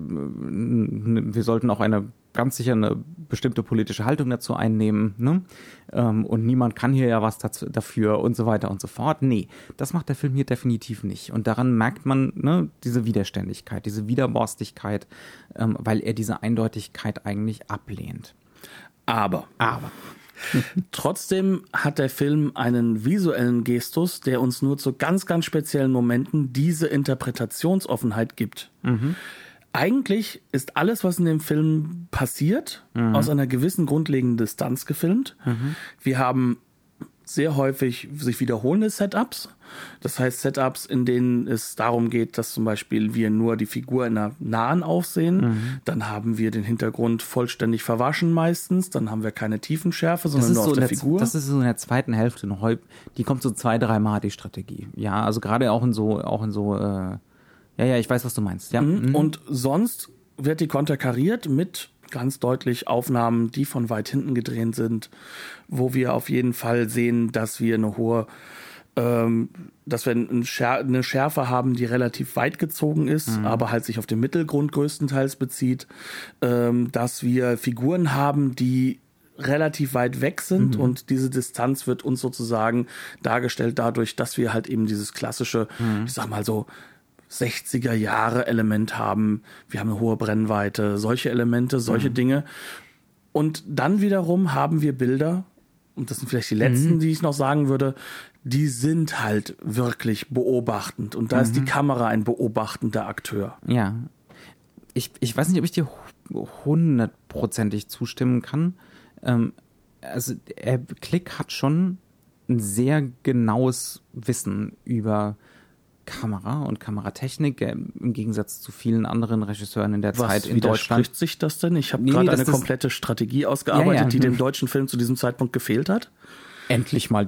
Speaker 2: wir sollten auch ganz sicher eine bestimmte politische Haltung dazu einnehmen, ne? Und niemand kann hier ja was dafür und so weiter und so fort. Nee, das macht der Film hier definitiv nicht. Und daran merkt man diese Widerständigkeit, diese Widerborstigkeit, weil er diese Eindeutigkeit eigentlich ablehnt.
Speaker 3: Aber trotzdem hat der Film einen visuellen Gestus, der uns nur zu ganz, ganz speziellen Momenten diese Interpretationsoffenheit gibt. Eigentlich ist alles, was in dem Film passiert, aus einer gewissen grundlegenden Distanz gefilmt. Wir haben sehr häufig sich wiederholende Setups. Das heißt Setups, in denen es darum geht, dass zum Beispiel wir nur die Figur in einer nahen Aufsehen. Dann haben wir den Hintergrund vollständig verwaschen meistens. Dann haben wir keine Tiefenschärfe, sondern nur auf der Figur.
Speaker 2: Das ist so in der zweiten Hälfte noch. Die kommt so 2-3 Mal, die Strategie. Ja, also gerade auch in so ich weiß, was du meinst. Ja.
Speaker 3: Und sonst wird die konterkariert mit ganz deutlich Aufnahmen, die von weit hinten gedreht sind, wo wir auf jeden Fall sehen, dass wir dass wir eine Schärfe haben, die relativ weit gezogen ist, aber halt sich auf den Mittelgrund größtenteils bezieht, dass wir Figuren haben, die relativ weit weg sind und diese Distanz wird uns sozusagen dargestellt dadurch, dass wir halt eben dieses klassische, ich sag mal so, 60er-Jahre-Element haben. Wir haben eine hohe Brennweite, solche Elemente, solche Dinge. Und dann wiederum haben wir Bilder, und das sind vielleicht die letzten, die ich noch sagen würde, die sind halt wirklich beobachtend. Und da ist die Kamera ein beobachtender Akteur.
Speaker 2: Ja. Ich weiß nicht, ob ich dir 100%ig zustimmen kann. Also Click hat schon ein sehr genaues Wissen über Kamera und Kameratechnik, im Gegensatz zu vielen anderen Regisseuren in der Zeit in Deutschland.
Speaker 3: Widerspricht sich das denn? Ich habe gerade eine komplette Strategie ausgearbeitet, die dem deutschen Film zu diesem Zeitpunkt gefehlt hat.
Speaker 2: Endlich mal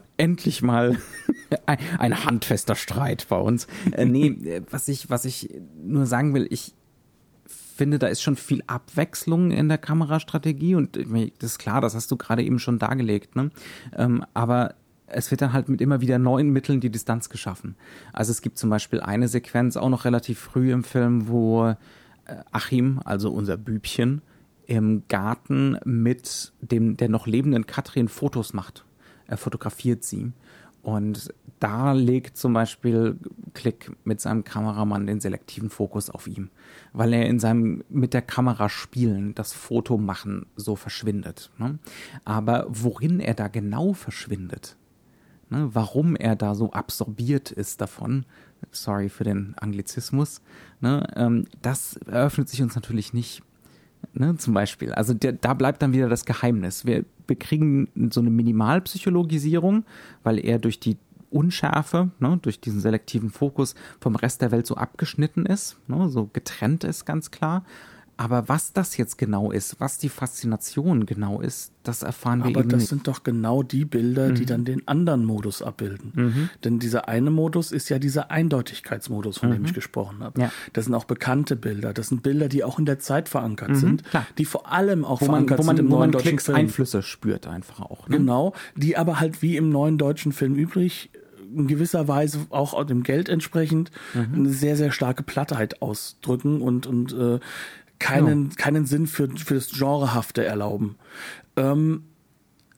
Speaker 2: ein handfester Streit bei uns. Was ich nur sagen will, ich finde, da ist schon viel Abwechslung in der Kamerastrategie und das ist klar, das hast du gerade eben schon dargelegt, ne? Aber es wird dann halt mit immer wieder neuen Mitteln die Distanz geschaffen. Also es gibt zum Beispiel eine Sequenz, auch noch relativ früh im Film, wo Achim, also unser Bübchen, im Garten mit der noch lebenden Katrin Fotos macht. Er fotografiert sie. Und da legt zum Beispiel Click mit seinem Kameramann den selektiven Fokus auf ihm, weil er in seinem mit der Kamera spielen, das Foto machen, so verschwindet. Ne? Aber worin er da genau verschwindet, ne, warum er da so absorbiert ist davon, sorry für den Anglizismus, ne, das eröffnet sich uns natürlich nicht. Ne, zum Beispiel. Also da bleibt dann wieder das Geheimnis. Wir kriegen so eine Minimalpsychologisierung, weil er durch die Unschärfe, ne, durch diesen selektiven Fokus vom Rest der Welt so abgeschnitten ist, ne, so getrennt ist, ganz klar. Aber was das jetzt genau ist, was die Faszination genau ist, das erfahren wir eben nicht.
Speaker 3: Aber das sind doch genau die Bilder, die dann den anderen Modus abbilden. Denn dieser eine Modus ist ja dieser Eindeutigkeitsmodus, von dem ich gesprochen habe. Ja. Das sind auch bekannte Bilder. Das sind Bilder, die auch in der Zeit verankert sind, klar, die vor allem auch verankert sind im neuen deutschen Film.
Speaker 2: Einflüsse spürt einfach auch. Ne?
Speaker 3: Genau, die aber halt wie im neuen deutschen Film üblich in gewisser Weise auch dem Geld entsprechend eine sehr, sehr starke Plattheit ausdrücken und keinen Sinn für das Genrehafte erlauben.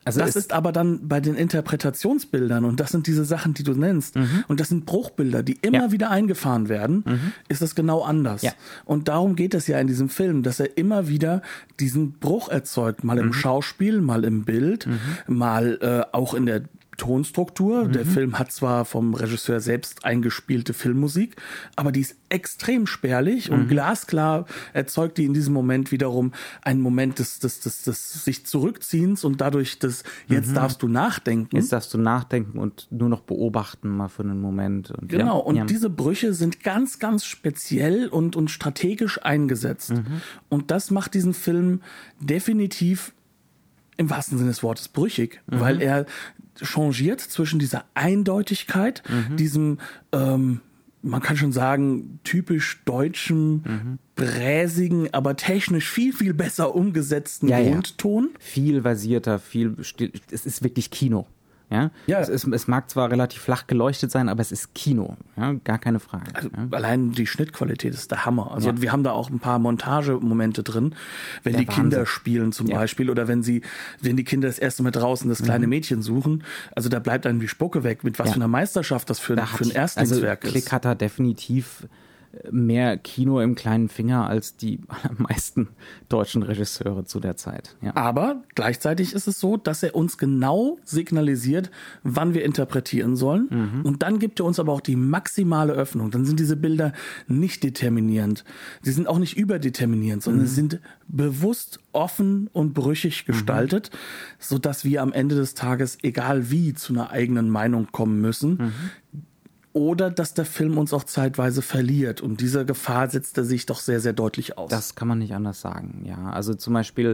Speaker 2: Also
Speaker 3: das ist aber dann bei den Interpretationsbildern, und das sind diese Sachen, die du nennst, und das sind Bruchbilder, die immer wieder eingefahren werden, ist das genau anders.
Speaker 2: Ja.
Speaker 3: Und darum geht es ja in diesem Film, dass er immer wieder diesen Bruch erzeugt, mal im Schauspiel, mal im Bild, mal auch in der Tonstruktur. Der Film hat zwar vom Regisseur selbst eingespielte Filmmusik, aber die ist extrem spärlich und glasklar erzeugt die in diesem Moment wiederum einen Moment des sich Zurückziehens und dadurch des jetzt darfst du nachdenken.
Speaker 2: Jetzt darfst du nachdenken und nur noch beobachten mal für einen Moment. Und
Speaker 3: genau, und diese Brüche sind ganz, ganz speziell und strategisch eingesetzt. Und das macht diesen Film definitiv im wahrsten Sinne des Wortes brüchig, weil er changiert zwischen dieser Eindeutigkeit, diesem, man kann schon sagen, typisch deutschen, bräsigen, aber technisch viel, viel besser umgesetzten Grundton.
Speaker 2: Viel versierter, es ist wirklich Kino. Ja? Es mag zwar relativ flach geleuchtet sein, aber es ist Kino, ja? Gar keine Frage.
Speaker 3: Also allein die Schnittqualität ist der Hammer. Also wir haben da auch ein paar Montagemomente drin, wenn die Kinder spielen zum Beispiel oder wenn die Kinder das erste Mal draußen das kleine Mädchen suchen. Also da bleibt einem die Spucke weg, mit was für einer Meisterschaft das für ein Erstlingswerk ist.
Speaker 2: Klick hat da definitiv mehr Kino im kleinen Finger als die allermeisten deutschen Regisseure zu der Zeit. Ja.
Speaker 3: Aber gleichzeitig ist es so, dass er uns genau signalisiert, wann wir interpretieren sollen. Und dann gibt er uns aber auch die maximale Öffnung. Dann sind diese Bilder nicht determinierend. Sie sind auch nicht überdeterminierend, sondern sie sind bewusst offen und brüchig gestaltet, sodass wir am Ende des Tages, egal wie, zu einer eigenen Meinung kommen müssen. Oder dass der Film uns auch zeitweise verliert. Und dieser Gefahr setzt er sich doch sehr, sehr deutlich aus.
Speaker 2: Das kann man nicht anders sagen, ja. Also zum Beispiel,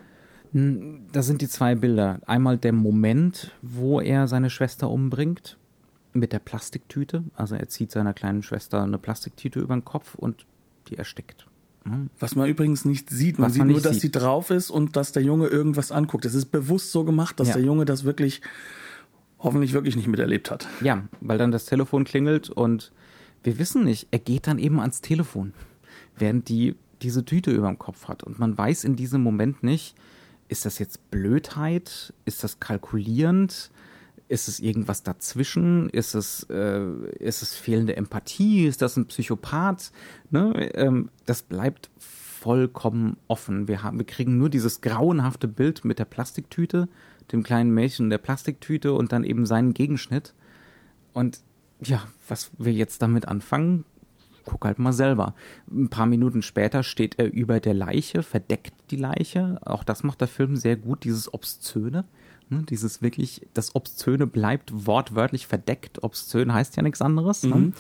Speaker 2: da sind die zwei Bilder. Einmal der Moment, wo er seine Schwester umbringt mit der Plastiktüte. Also er zieht seiner kleinen Schwester eine Plastiktüte über den Kopf und die erstickt.
Speaker 3: Was man übrigens nicht sieht. Man sieht nur, dass sie drauf ist und dass der Junge irgendwas anguckt. Es ist bewusst so gemacht, dass der Junge das hoffentlich wirklich nicht miterlebt hat.
Speaker 2: Ja, weil dann das Telefon klingelt und wir wissen nicht, er geht dann eben ans Telefon, während diese Tüte über dem Kopf hat. Und man weiß in diesem Moment nicht, ist das jetzt Blödheit? Ist das kalkulierend? Ist es irgendwas dazwischen? Ist es fehlende Empathie? Ist das ein Psychopath? Ne? Das bleibt vollkommen offen. Wir kriegen nur dieses grauenhafte Bild mit der Plastiktüte, dem kleinen Mädchen in der Plastiktüte und dann eben seinen Gegenschnitt. Und ja, was wir jetzt damit anfangen, guck halt mal selber. Ein paar Minuten später steht er über der Leiche, verdeckt die Leiche. Auch das macht der Film sehr gut, dieses Obszöne. Dieses wirklich, das Obszöne bleibt wortwörtlich verdeckt. Obszön heißt ja nichts anderes.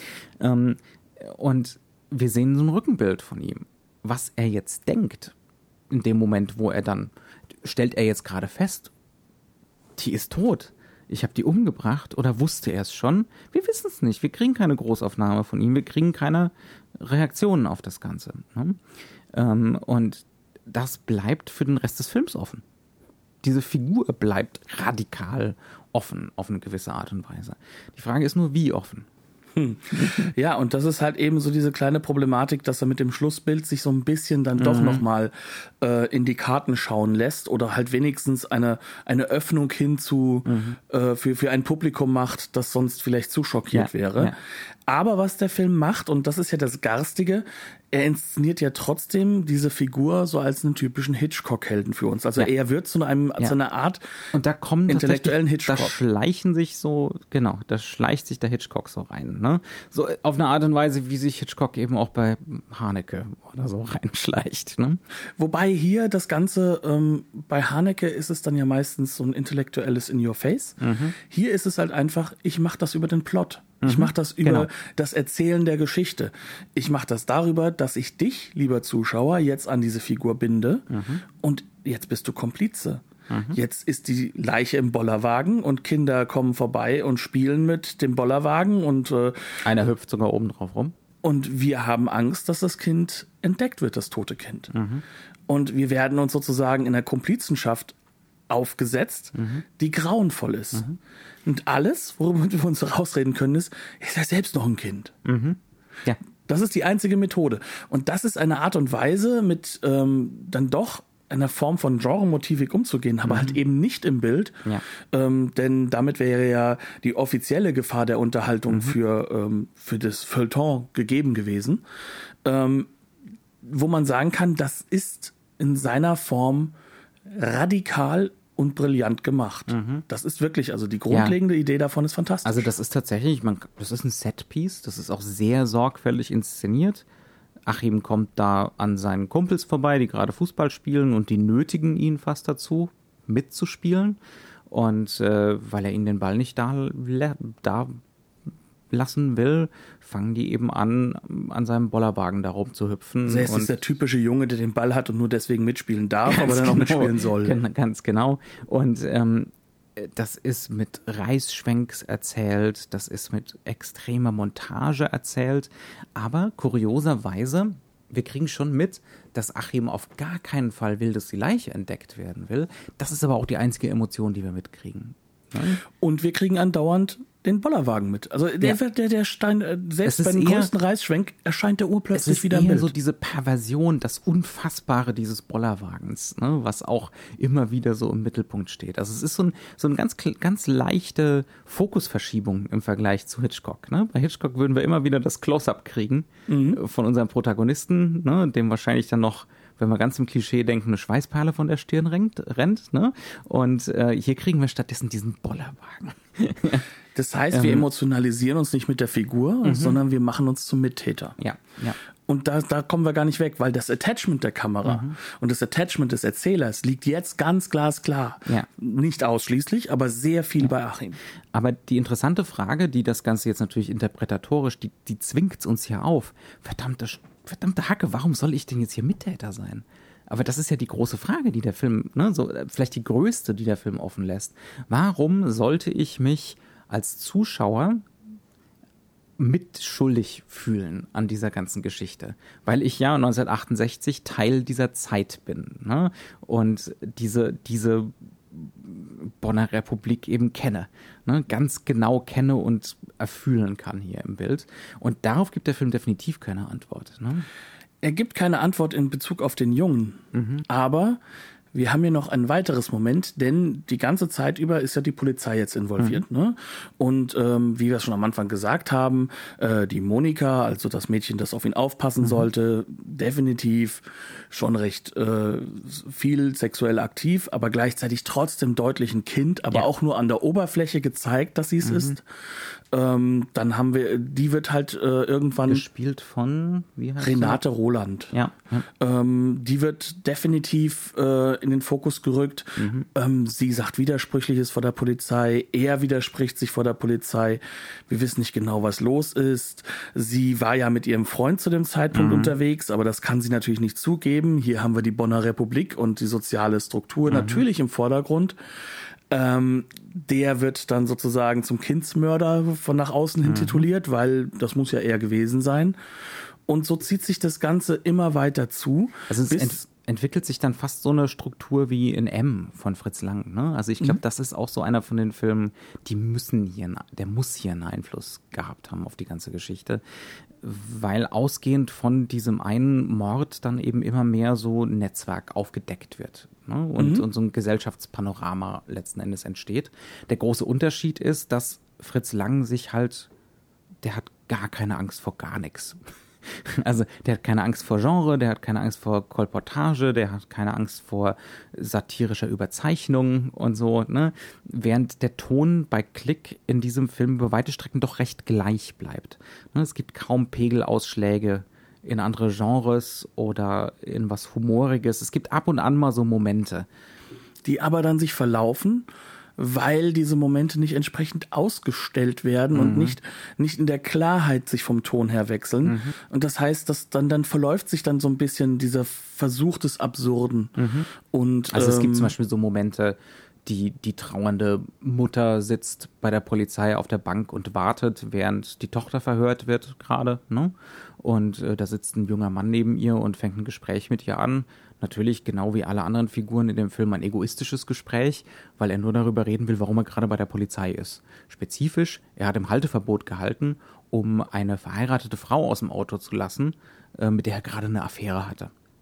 Speaker 2: Und wir sehen so ein Rückenbild von ihm. Was er jetzt denkt, in dem Moment, stellt er jetzt gerade fest, die ist tot. Ich habe die umgebracht oder wusste er es schon? Wir wissen es nicht. Wir kriegen keine Großaufnahme von ihm. Wir kriegen keine Reaktionen auf das Ganze. Und das bleibt für den Rest des Films offen. Diese Figur bleibt radikal offen, auf eine gewisse Art und Weise. Die Frage ist nur, wie offen.
Speaker 3: Ja, und das ist halt eben so diese kleine Problematik, dass er mit dem Schlussbild sich so ein bisschen dann doch nochmal in die Karten schauen lässt oder halt wenigstens eine Öffnung hin zu für ein Publikum macht, das sonst vielleicht zu schockiert wäre. Ja. Aber was der Film macht, und das ist ja das Garstige, er inszeniert ja trotzdem diese Figur so als einen typischen Hitchcock-Helden für uns. Also er wird zu einer Art
Speaker 2: und da kommt
Speaker 3: intellektuellen Hitchcock.
Speaker 2: Da schleicht sich der Hitchcock so rein. Ne? So auf eine Art und Weise, wie sich Hitchcock eben auch bei Haneke oder so reinschleicht. Ne?
Speaker 3: Wobei hier das Ganze, bei Haneke ist es dann ja meistens so ein intellektuelles In-Your-Face. Hier ist es halt einfach, ich mache das über den Plot. Ich mache das über das Erzählen der Geschichte. Ich mache das darüber, dass ich dich, lieber Zuschauer, jetzt an diese Figur binde und jetzt bist du Komplize. Jetzt ist die Leiche im Bollerwagen und Kinder kommen vorbei und spielen mit dem Bollerwagen und
Speaker 2: einer hüpft sogar oben drauf rum.
Speaker 3: Und wir haben Angst, dass das Kind entdeckt wird, das tote Kind. Und wir werden uns sozusagen in einer Komplizenschaft aufgesetzt, die grauenvoll ist. Und alles, worüber wir uns rausreden können, ist ja selbst noch ein Kind.
Speaker 2: Ja.
Speaker 3: Das ist die einzige Methode. Und das ist eine Art und Weise, mit dann doch einer Form von Genre-Motivik umzugehen, aber halt eben nicht im Bild, denn damit wäre ja die offizielle Gefahr der Unterhaltung für das Feuilleton gegeben gewesen, wo man sagen kann, das ist in seiner Form radikal und brillant gemacht. Das ist wirklich, also die grundlegende Idee davon ist fantastisch.
Speaker 2: Also das ist tatsächlich, das ist ein Setpiece, das ist auch sehr sorgfältig inszeniert. Achim kommt da an seinen Kumpels vorbei, die gerade Fußball spielen und die nötigen ihn fast dazu, mitzuspielen. Und weil er ihnen den Ball nicht da lassen will, fangen die eben an seinem Bollerwagen da rumzuhüpfen.
Speaker 3: Also es ist der typische Junge, der den Ball hat und nur deswegen mitspielen darf, aber dann auch mitspielen soll.
Speaker 2: Ganz genau. Und das ist mit Reißschwenks erzählt, das ist mit extremer Montage erzählt, aber kurioserweise, wir kriegen schon mit, dass Achim auf gar keinen Fall will, dass die Leiche entdeckt werden will. Das ist aber auch die einzige Emotion, die wir mitkriegen.
Speaker 3: Und wir kriegen andauernd den Bollerwagen mit. Also der Stein, selbst bei dem größten Reißschwenk erscheint der urplötzlich wieder im Bild.
Speaker 2: Es ist eher so diese Perversion, das Unfassbare dieses Bollerwagens, ne, was auch immer wieder so im Mittelpunkt steht. Also es ist so eine ganz leichte Fokusverschiebung im Vergleich zu Hitchcock. Ne? Bei Hitchcock würden wir immer wieder das Close-Up kriegen von unserem Protagonisten, ne, dem wahrscheinlich dann noch, wenn wir ganz im Klischee denken, eine Schweißperle von der Stirn rennt. Ne? Und hier kriegen wir stattdessen diesen Bollerwagen.
Speaker 3: Das heißt, wir emotionalisieren uns nicht mit der Figur, sondern wir machen uns zum Mittäter.
Speaker 2: Ja.
Speaker 3: Und da kommen wir gar nicht weg, weil das Attachment der Kamera und das Attachment des Erzählers liegt jetzt ganz glasklar. Ja. Nicht ausschließlich, aber sehr viel bei Achim.
Speaker 2: Aber die interessante Frage, die das Ganze jetzt natürlich interpretatorisch, die zwingt es uns ja auf. Verdammte Hacke, warum soll ich denn jetzt hier Mittäter sein? Aber das ist ja die große Frage, die der Film, vielleicht die größte, die der Film offen lässt. Warum sollte ich mich als Zuschauer mitschuldig fühlen an dieser ganzen Geschichte? Weil ich ja 1968 Teil dieser Zeit bin, ne? Und diese Bonner Republik eben kenne, ne? Ganz genau kenne und erfühlen kann hier im Bild. Und darauf gibt der Film definitiv keine Antwort. Ne?
Speaker 3: Er gibt keine Antwort in Bezug auf den Jungen, aber wir haben hier noch ein weiteres Moment, denn die ganze Zeit über ist ja die Polizei jetzt involviert. Ne? Und wie wir es schon am Anfang gesagt haben, die Monika, also das Mädchen, das auf ihn aufpassen sollte, definitiv schon recht viel sexuell aktiv, aber gleichzeitig trotzdem deutlich ein Kind, aber auch nur an der Oberfläche gezeigt, dass sie es ist. Dann haben wir, die wird halt irgendwann
Speaker 2: gespielt von, wie heißt
Speaker 3: Renate Roland.
Speaker 2: Ja.
Speaker 3: Die wird definitiv in den Fokus gerückt. Sie sagt Widersprüchliches vor der Polizei. Er widerspricht sich vor der Polizei. Wir wissen nicht genau, was los ist. Sie war ja mit ihrem Freund zu dem Zeitpunkt unterwegs, aber das kann sie natürlich nicht zugeben. Hier haben wir die Bonner Republik und die soziale Struktur natürlich im Vordergrund. Der wird dann sozusagen zum Kindsmörder von nach außen hin tituliert, weil das muss ja er gewesen sein. Und so zieht sich das Ganze immer weiter zu.
Speaker 2: Also es entwickelt sich dann fast so eine Struktur wie in M von Fritz Lang. Ne? Also ich glaube, das ist auch so einer von den Filmen, der muss hier einen Einfluss gehabt haben auf die ganze Geschichte. Weil ausgehend von diesem einen Mord dann eben immer mehr so ein Netzwerk aufgedeckt wird, ne? Und so ein Gesellschaftspanorama letzten Endes entsteht. Der große Unterschied ist, dass Fritz Lang der hat gar keine Angst vor gar nichts. Also der hat keine Angst vor Genre, der hat keine Angst vor Kolportage, der hat keine Angst vor satirischer Überzeichnung und so, ne? Während der Ton bei Klick in diesem Film über weite Strecken doch recht gleich bleibt. Ne? Es gibt kaum Pegelausschläge in andere Genres oder in was Humoriges. Es gibt ab und an mal so Momente.
Speaker 3: Die aber dann sich verlaufen, weil diese Momente nicht entsprechend ausgestellt werden und nicht in der Klarheit sich vom Ton her wechseln. Und das heißt, dass dann verläuft sich dann so ein bisschen dieser Versuch des Absurden. Und,
Speaker 2: also es gibt zum Beispiel so Momente, die trauernde Mutter sitzt bei der Polizei auf der Bank und wartet, während die Tochter verhört wird gerade, ne? Und da sitzt ein junger Mann neben ihr und fängt ein Gespräch mit ihr an. Natürlich, genau wie alle anderen Figuren in dem Film, ein egoistisches Gespräch, weil er nur darüber reden will, warum er gerade bei der Polizei ist. Spezifisch, er hat im Halteverbot gehalten, um eine verheiratete Frau aus dem Auto zu lassen, mit der er gerade eine Affäre hatte.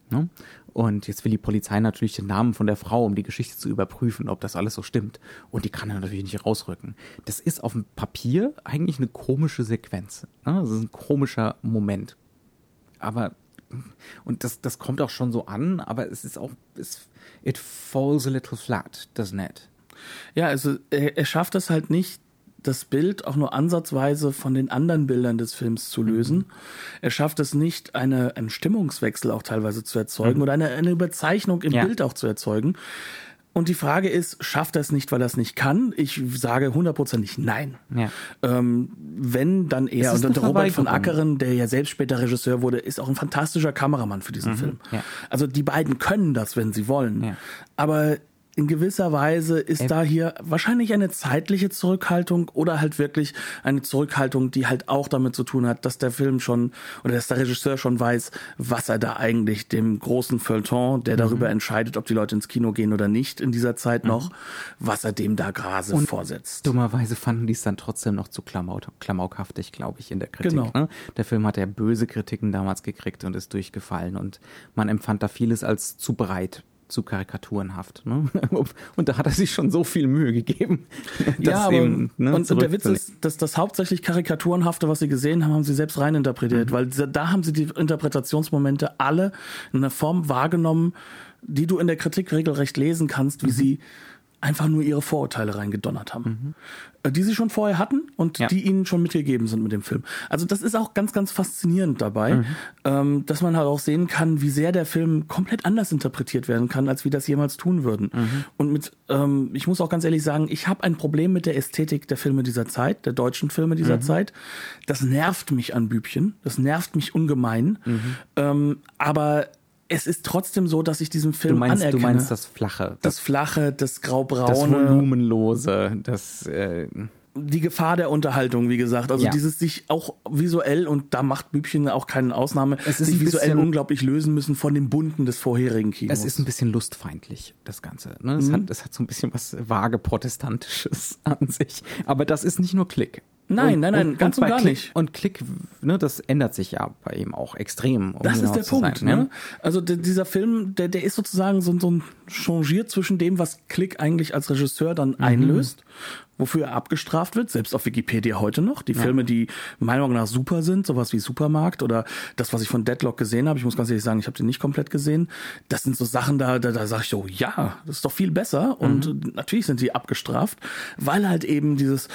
Speaker 2: Ne? Und jetzt will die Polizei natürlich den Namen von der Frau, um die Geschichte zu überprüfen, ob das alles so stimmt. Und die kann er natürlich nicht rausrücken. Das ist auf dem Papier eigentlich eine komische Sequenz. Ne? Das ist ein komischer Moment. Aber, und das kommt auch schon so an, aber es ist auch, it falls a little flat, doesn't it?
Speaker 3: Ja, also er schafft es halt nicht, das Bild auch nur ansatzweise von den anderen Bildern des Films zu lösen. Er schafft es nicht, einen Stimmungswechsel auch teilweise zu erzeugen oder eine Überzeichnung im Bild auch zu erzeugen. Und die Frage ist, schafft er es nicht, weil er es nicht kann? Ich sage 100%ig nein. Ja. Wenn, dann eher. Und der Robert von Ackeren, der ja selbst später Regisseur wurde, ist auch ein fantastischer Kameramann für diesen Film. Ja. Also die beiden können das, wenn sie wollen. Ja. Aber in gewisser Weise ist da hier wahrscheinlich eine zeitliche Zurückhaltung oder halt wirklich eine Zurückhaltung, die halt auch damit zu tun hat, dass der Film schon oder dass der Regisseur schon weiß, was er da eigentlich dem großen Feuilleton, der darüber entscheidet, ob die Leute ins Kino gehen oder nicht in dieser Zeit noch, was er dem da gerade vorsetzt.
Speaker 2: Dummerweise fanden die es dann trotzdem noch zu klamaukhaftig, glaube ich, in der Kritik. Genau. Ne? Der Film hat ja böse Kritiken damals gekriegt und ist durchgefallen und man empfand da vieles als zu breit, zu karikaturenhaft. Ne? Und da hat er sich schon so viel Mühe gegeben.
Speaker 3: Ja, aber und der Witz ist, dass das hauptsächlich Karikaturenhafte, was sie gesehen haben, haben sie selbst reininterpretiert, weil da haben sie die Interpretationsmomente alle in einer Form wahrgenommen, die du in der Kritik regelrecht lesen kannst, wie sie einfach nur ihre Vorurteile reingedonnert haben. Die sie schon vorher hatten und die ihnen schon mitgegeben sind mit dem Film. Also das ist auch ganz, ganz faszinierend dabei, dass man halt auch sehen kann, wie sehr der Film komplett anders interpretiert werden kann, als wir das jemals tun würden. Und ich muss auch ganz ehrlich sagen, ich habe ein Problem mit der Ästhetik der Filme dieser Zeit, der deutschen Filme dieser Zeit. Das nervt mich an Bübchen, das nervt mich ungemein. Aber es ist trotzdem so, dass ich diesen Film anerkenne.
Speaker 2: Du meinst das Flache.
Speaker 3: Das Flache, das Graubraune.
Speaker 2: Das Volumenlose,
Speaker 3: die Gefahr der Unterhaltung, wie gesagt. Also dieses sich auch visuell, und da macht Bübchen auch keine Ausnahme, sich visuell unglaublich lösen müssen von dem Bunten des vorherigen Kinos.
Speaker 2: Es ist ein bisschen lustfeindlich, das Ganze. Ne? Es hat so ein bisschen was vage Protestantisches an sich. Aber das ist nicht nur Klick.
Speaker 3: Nein, ganz und gar nicht.
Speaker 2: Und Klick, ne, das ändert sich ja bei ihm auch extrem.
Speaker 3: Das ist der Punkt. Ne? Also dieser Film, der ist sozusagen so ein Changier zwischen dem, was Klick eigentlich als Regisseur dann einlöst, wofür er abgestraft wird, selbst auf Wikipedia heute noch. Die Filme, die meiner Meinung nach super sind, sowas wie Supermarkt oder das, was ich von Deadlock gesehen habe, ich muss ganz ehrlich sagen, ich habe den nicht komplett gesehen, das sind so Sachen, da sage ich so, ja, das ist doch viel besser und natürlich sind die abgestraft, weil halt eben diese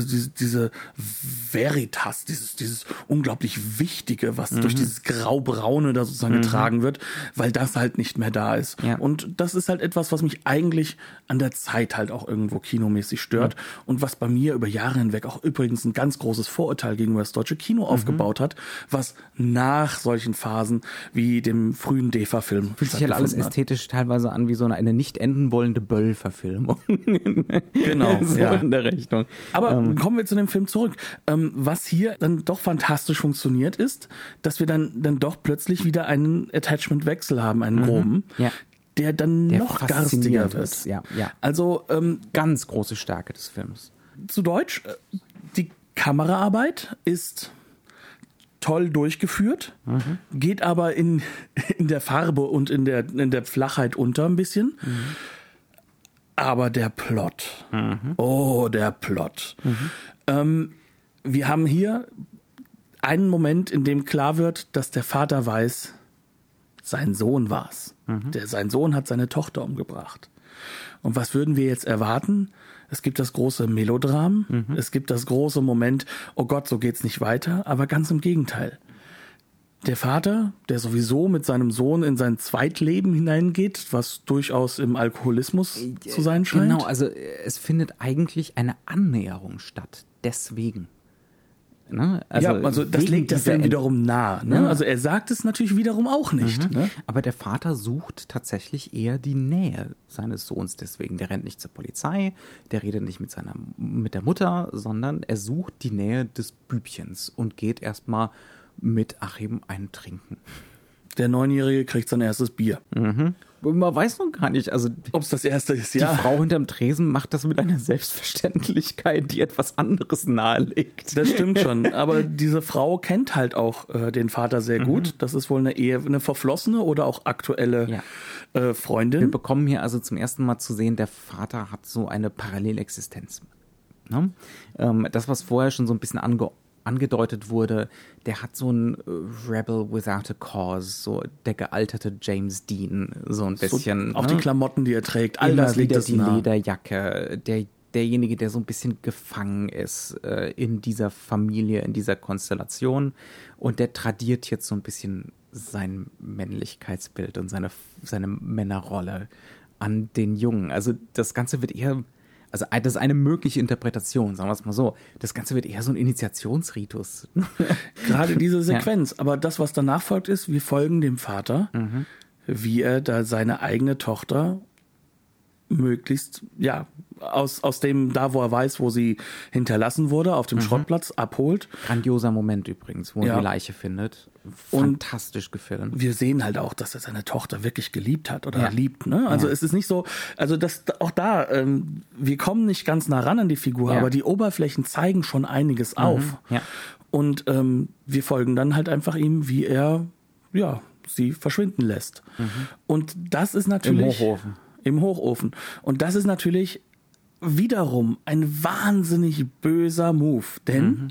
Speaker 3: Veritas, dieses unglaublich Wichtige, was durch dieses Graubraune da sozusagen getragen wird, weil das halt nicht mehr da ist. Ja. Und das ist halt etwas, was mich eigentlich an der Zeit halt auch irgendwo kinomäßig stört. Und was bei mir über Jahre hinweg auch übrigens ein ganz großes Vorurteil gegenüber das deutsche Kino aufgebaut hat, was nach solchen Phasen wie dem frühen DEFA-Film
Speaker 2: fühlt sich halt alles ästhetisch teilweise an wie so eine nicht enden wollende Böll-Verfilmung.
Speaker 3: Genau,
Speaker 2: so in der Richtung.
Speaker 3: Aber kommen wir zu dem Film zurück. Was hier dann doch fantastisch funktioniert ist, dass wir dann doch plötzlich wieder einen Attachment-Wechsel haben, einen groben. Ja. Der noch garstiger wird.
Speaker 2: Ja.
Speaker 3: Also
Speaker 2: ganz große Stärke des Films.
Speaker 3: Zu Deutsch, die Kameraarbeit ist toll durchgeführt, geht aber in der Farbe und in der Flachheit unter ein bisschen. Aber der Plot. Der Plot. Wir haben hier einen Moment, in dem klar wird, dass der Vater weiß, sein Sohn war's. Sein Sohn hat seine Tochter umgebracht. Und was würden wir jetzt erwarten? Es gibt das große Melodram, es gibt das große Moment, oh Gott, so geht's nicht weiter, aber ganz im Gegenteil. Der Vater, der sowieso mit seinem Sohn in sein Zweitleben hineingeht, was durchaus im Alkoholismus zu sein scheint.
Speaker 2: Genau, also es findet eigentlich eine Annäherung statt, deswegen. Ne?
Speaker 3: Also das legt der Film wiederum nahe. Ne? Ja. Also er sagt es natürlich wiederum auch nicht. Ne?
Speaker 2: Aber der Vater sucht tatsächlich eher die Nähe seines Sohns. Deswegen, der rennt nicht zur Polizei, der redet nicht mit der Mutter, sondern er sucht die Nähe des Bübchens und geht erstmal mit Achim einen trinken.
Speaker 3: Der 9-Jährige kriegt sein erstes Bier.
Speaker 2: Man weiß noch gar nicht, also
Speaker 3: Ob es das erste ist,
Speaker 2: die Frau hinterm Tresen macht das mit einer Selbstverständlichkeit, die etwas anderes nahelegt.
Speaker 3: Das stimmt schon, aber diese Frau kennt halt auch den Vater sehr gut. Das ist wohl eine verflossene oder auch aktuelle Freundin.
Speaker 2: Wir bekommen hier also zum ersten Mal zu sehen, der Vater hat so eine Parallelexistenz. Ne? Das, was vorher schon so ein bisschen angedeutet wurde, der hat so ein Rebel without a cause, so der gealterte James Dean, so ein bisschen.
Speaker 3: So, auch die Klamotten, die er trägt, all das liegt
Speaker 2: die Lederjacke, derjenige, der so ein bisschen gefangen ist in dieser Familie, in dieser Konstellation, und der tradiert jetzt so ein bisschen sein Männlichkeitsbild und seine Männerrolle an den Jungen. Also das Ganze wird eher, also das ist eine mögliche Interpretation, sagen wir es mal so. Das Ganze wird eher so ein Initiationsritus.
Speaker 3: Gerade diese Sequenz. Ja. Aber das, was danach folgt, ist, wir folgen dem Vater, wie er da seine eigene Tochter möglichst, aus dem, da wo er weiß, wo sie hinterlassen wurde, auf dem Schrottplatz abholt.
Speaker 2: Grandioser Moment übrigens, wo er die Leiche findet. Fantastisch gefilmt.
Speaker 3: Wir sehen halt auch, dass er seine Tochter wirklich geliebt hat oder liebt. Ne? Also es ist nicht so, also das auch da, wir kommen nicht ganz nah ran an die Figur, aber die Oberflächen zeigen schon einiges auf.
Speaker 2: Ja.
Speaker 3: Und wir folgen dann halt einfach ihm, wie er sie verschwinden lässt. Und das ist natürlich im Hochofen. Und das ist natürlich wiederum ein wahnsinnig böser Move, denn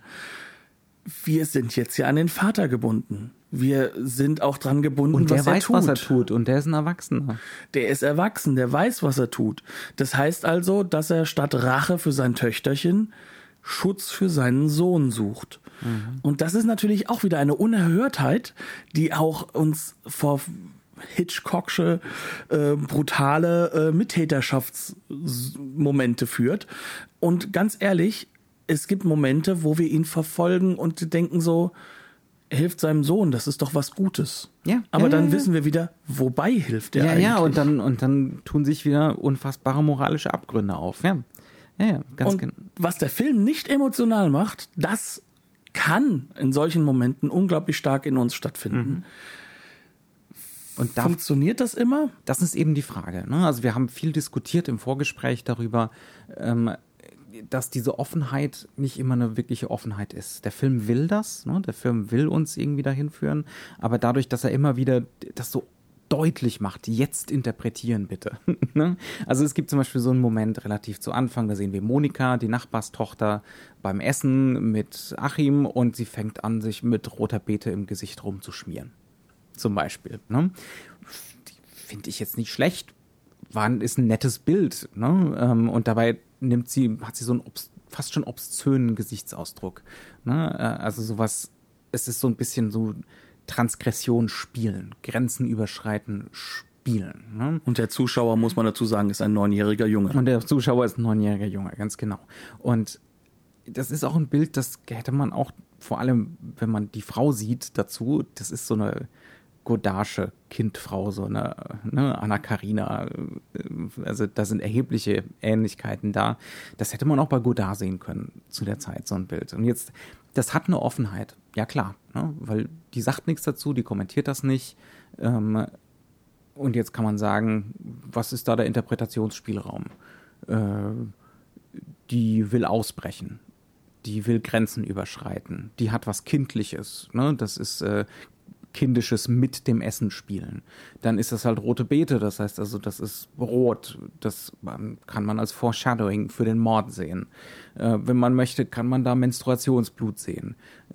Speaker 3: wir sind jetzt ja an den Vater gebunden. Wir sind auch dran gebunden,
Speaker 2: und der weiß, was er tut. Und der ist ein Erwachsener.
Speaker 3: Der ist erwachsen, der weiß, was er tut. Das heißt also, dass er statt Rache für sein Töchterchen Schutz für seinen Sohn sucht. Und das ist natürlich auch wieder eine Unerhörtheit, die auch uns vor Hitchcocksche, brutale Mittäterschaftsmomente führt. Und ganz ehrlich, es gibt Momente, wo wir ihn verfolgen und denken so, er hilft seinem Sohn, das ist doch was Gutes.
Speaker 2: Ja,
Speaker 3: aber dann wissen wir wieder, wobei hilft er eigentlich.
Speaker 2: Ja, und dann tun sich wieder unfassbare moralische Abgründe auf. Ja, ganz genau.
Speaker 3: Was der Film nicht emotional macht, das kann in solchen Momenten unglaublich stark in uns stattfinden. Und funktioniert das immer?
Speaker 2: Das ist eben die Frage. Ne? Also wir haben viel diskutiert im Vorgespräch darüber, dass diese Offenheit nicht immer eine wirkliche Offenheit ist. Der Film will das, ne? Der Film will uns irgendwie dahin führen, aber dadurch, dass er immer wieder das so deutlich macht, jetzt interpretieren bitte. Also es gibt zum Beispiel so einen Moment relativ zu Anfang, da sehen wir Monika, die Nachbarstochter, beim Essen mit Achim, und sie fängt an, sich mit roter Beete im Gesicht rumzuschmieren. Zum Beispiel. Ne? Finde ich jetzt nicht schlecht. Ist ein nettes Bild. Ne? Und dabei hat sie so einen fast schon obszönen Gesichtsausdruck. Ne? Also sowas, es ist so ein bisschen so Transgression spielen, Grenzen überschreiten, spielen. Ne?
Speaker 3: Und der Zuschauer, muss man dazu sagen, ist ein 9-jähriger Junge.
Speaker 2: Und der Zuschauer ist ein 9-jähriger Junge, ganz genau. Und das ist auch ein Bild, das hätte man auch, vor allem, wenn man die Frau sieht dazu, das ist so eine Godardsche Kindfrau, so eine Anna Karina, also da sind erhebliche Ähnlichkeiten da. Das hätte man auch bei Godard sehen können zu der Zeit, so ein Bild. Und jetzt, das hat eine Offenheit, ja klar, ne? Weil die sagt nichts dazu, die kommentiert das nicht. Und jetzt kann man sagen, was ist da der Interpretationsspielraum? Die will ausbrechen, die will Grenzen überschreiten, die hat was Kindliches, ne? Das ist Kindisches mit dem Essen spielen. Dann ist das halt rote Beete, das heißt also, das ist rot, das kann man als Foreshadowing für den Mord sehen. Wenn man möchte, kann man da Menstruationsblut sehen.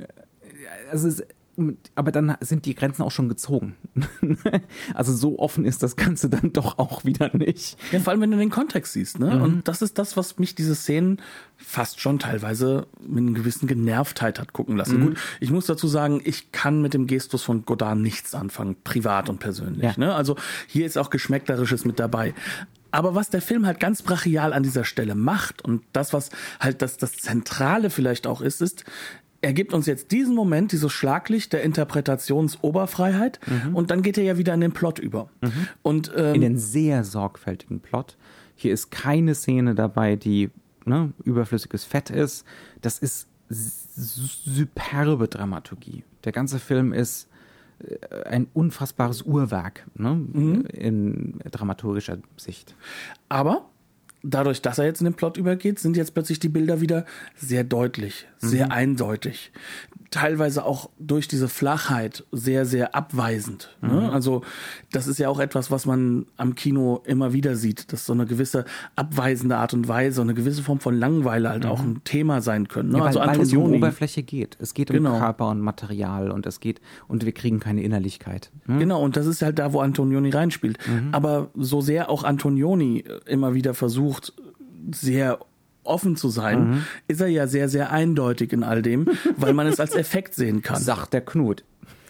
Speaker 2: Aber dann sind die Grenzen auch schon gezogen. Also so offen ist das Ganze dann doch auch wieder nicht.
Speaker 3: Ja, vor allem, wenn du den Kontext siehst. Ne? Und das ist das, was mich diese Szenen fast schon teilweise mit einer gewissen Genervtheit hat gucken lassen. Gut, ich muss dazu sagen, ich kann mit dem Gestus von Godard nichts anfangen, privat und persönlich. Ja. Ne? Also hier ist auch Geschmäcklerisches mit dabei. Aber was der Film halt ganz brachial an dieser Stelle macht, und das, was halt das Zentrale vielleicht auch ist, er gibt uns jetzt diesen Moment, dieses Schlaglicht der Interpretationsoberfreiheit, und dann geht er ja wieder in den Plot über. Und,
Speaker 2: in den sehr sorgfältigen Plot. Hier ist keine Szene dabei, die überflüssiges Fett ist. Das ist superbe Dramaturgie. Der ganze Film ist ein unfassbares Uhrwerk, ne? In dramaturgischer Sicht.
Speaker 3: Aber dadurch, dass er jetzt in den Plot übergeht, sind jetzt plötzlich die Bilder wieder sehr deutlich, sehr eindeutig. Teilweise auch durch diese Flachheit sehr, sehr abweisend. Ne? Also das ist ja auch etwas, was man am Kino immer wieder sieht, dass so eine gewisse abweisende Art und Weise, eine gewisse Form von Langeweile halt auch ein Thema sein können. Ne?
Speaker 2: Ja,
Speaker 3: also
Speaker 2: weil es um
Speaker 3: Antonioni,
Speaker 2: Oberfläche geht. Es geht um Körper und Material und wir kriegen keine Innerlichkeit.
Speaker 3: Genau, und das ist halt da, wo Antonioni reinspielt. Aber so sehr auch Antonioni immer wieder versucht, sehr offen zu sein, ist er ja sehr, sehr eindeutig in all dem, weil man es als Effekt sehen kann.
Speaker 2: Sagt der Knut.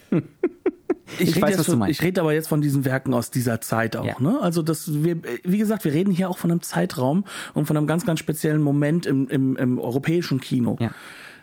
Speaker 3: Ich rede aber jetzt von diesen Werken aus dieser Zeit auch. Ja. Ne? Also wie gesagt, wir reden hier auch von einem Zeitraum und von einem ganz, ganz speziellen Moment im europäischen Kino. Ja.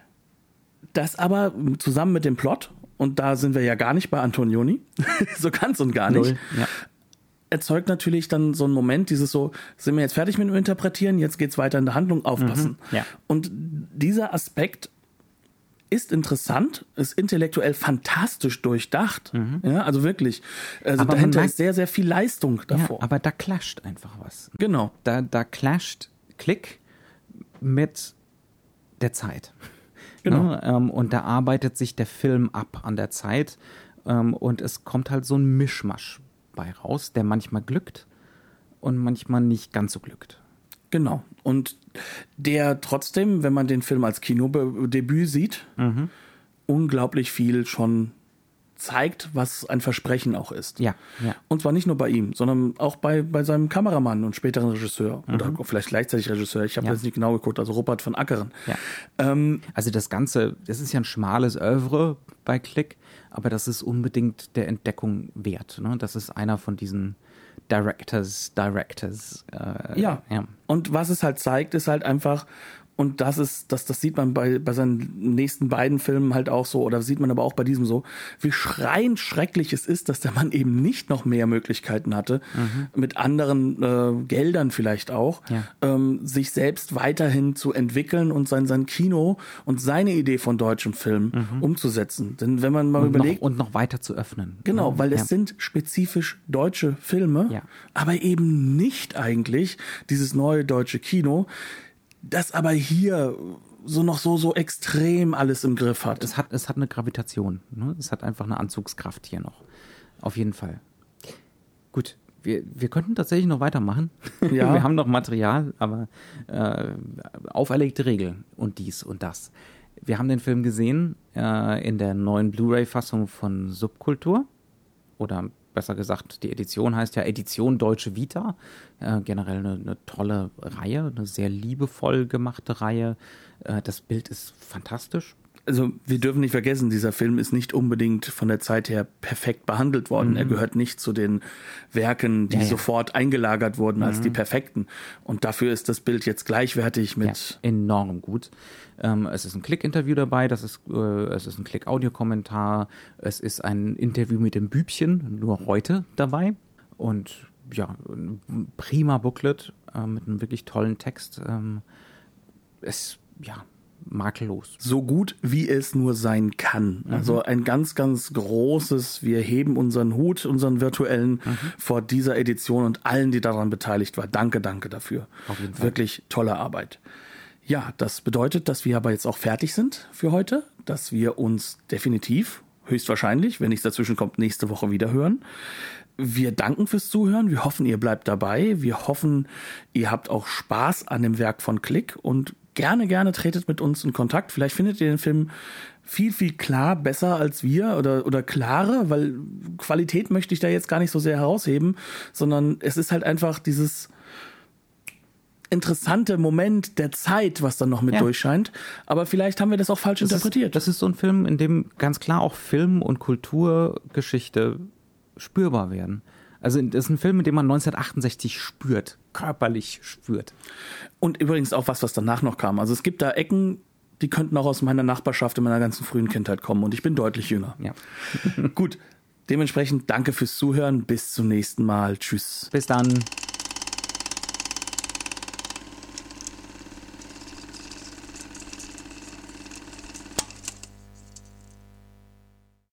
Speaker 3: Das aber zusammen mit dem Plot, und da sind wir ja gar nicht bei Antonioni, so ganz und gar nicht, erzeugt natürlich dann so einen Moment, dieses so, sind wir jetzt fertig mit dem Interpretieren, jetzt geht's weiter in der Handlung, aufpassen. Ja. Und dieser Aspekt ist interessant, ist intellektuell fantastisch durchdacht. Ja, also wirklich. Also aber dahinter ist sehr, sehr viel Leistung davor.
Speaker 2: Ja, aber da clasht einfach was.
Speaker 3: Genau.
Speaker 2: Da clasht Klick mit der Zeit. Genau. Ja, und da arbeitet sich der Film ab an der Zeit. Und es kommt halt so ein Mischmasch bei raus, der manchmal glückt und manchmal nicht ganz so glückt.
Speaker 3: Genau. Und der trotzdem, wenn man den Film als Kinodebüt sieht, unglaublich viel schon zeigt, was ein Versprechen auch ist.
Speaker 2: Ja.
Speaker 3: Und zwar nicht nur bei ihm, sondern auch bei seinem Kameramann und späteren Regisseur oder vielleicht gleichzeitig Regisseur. Ich habe jetzt nicht genau geguckt, also Rupert von Ackeren.
Speaker 2: Ja. Also das ist ja ein schmales Oeuvre bei Klick, aber das ist unbedingt der Entdeckung wert. Ne? Das ist einer von diesen Directors.
Speaker 3: Ja. Und was es halt zeigt, ist halt einfach, und das sieht man bei seinen nächsten beiden Filmen halt auch so, oder sieht man aber auch bei diesem so, wie schreiend schrecklich es ist, dass der Mann eben nicht noch mehr Möglichkeiten hatte, mit anderen Geldern vielleicht auch, sich selbst weiterhin zu entwickeln und sein Kino und seine Idee von deutschem Film umzusetzen. Denn wenn man mal überlegt...
Speaker 2: Und noch weiter zu öffnen.
Speaker 3: Genau, weil es sind spezifisch deutsche Filme, aber eben nicht eigentlich dieses neue deutsche Kino, das aber hier so extrem alles im Griff hat.
Speaker 2: Es hat eine Gravitation. Ne? Es hat einfach eine Anzugskraft hier noch. Auf jeden Fall. Gut, wir könnten tatsächlich noch weitermachen. Ja. Wir haben noch Material, aber auferlegte Regeln und dies und das. Wir haben den Film gesehen in der neuen Blu-ray-Fassung von Subkultur. Oder besser gesagt, die Edition heißt ja Edition Deutsche Vita. Generell eine tolle Reihe, eine sehr liebevoll gemachte Reihe. Das Bild ist fantastisch.
Speaker 3: Also wir dürfen nicht vergessen, dieser Film ist nicht unbedingt von der Zeit her perfekt behandelt worden. Er gehört nicht zu den Werken, die sofort eingelagert wurden als die perfekten. Und dafür ist das Bild jetzt gleichwertig mit...
Speaker 2: Ja, enorm gut. Es ist ein Klick-Interview dabei, es ist ein Klick-Audiokommentar, es ist ein Interview mit dem Bübchen, nur heute dabei. Und ja, ein prima Booklet mit einem wirklich tollen Text. Makellos.
Speaker 3: So gut, wie es nur sein kann. Also ein ganz, ganz großes, wir heben unseren Hut, unseren virtuellen, vor dieser Edition und allen, die daran beteiligt waren. Danke dafür.
Speaker 2: Auf jeden Fall.
Speaker 3: Wirklich tolle Arbeit. Ja, das bedeutet, dass wir aber jetzt auch fertig sind für heute, dass wir uns definitiv, höchstwahrscheinlich, wenn nichts dazwischen kommt, nächste Woche wieder hören. Wir danken fürs Zuhören. Wir hoffen, ihr bleibt dabei. Wir hoffen, ihr habt auch Spaß an dem Werk von Klick und gerne tretet mit uns in Kontakt. Vielleicht findet ihr den Film viel, viel besser als wir oder klarer, weil Qualität möchte ich da jetzt gar nicht so sehr herausheben, sondern es ist halt einfach dieses interessante Moment der Zeit, was dann noch mit durchscheint. Aber vielleicht haben wir das auch falsch interpretiert.
Speaker 2: Das ist so ein Film, in dem ganz klar auch Film und Kulturgeschichte spürbar werden. Also das ist ein Film, in dem man 1968 spürt, körperlich spürt.
Speaker 3: Und übrigens auch was danach noch kam. Also es gibt da Ecken, die könnten auch aus meiner Nachbarschaft in meiner ganzen frühen Kindheit kommen. Und ich bin deutlich jünger.
Speaker 2: Ja.
Speaker 3: Gut, dementsprechend danke fürs Zuhören. Bis zum nächsten Mal. Tschüss.
Speaker 2: Bis dann.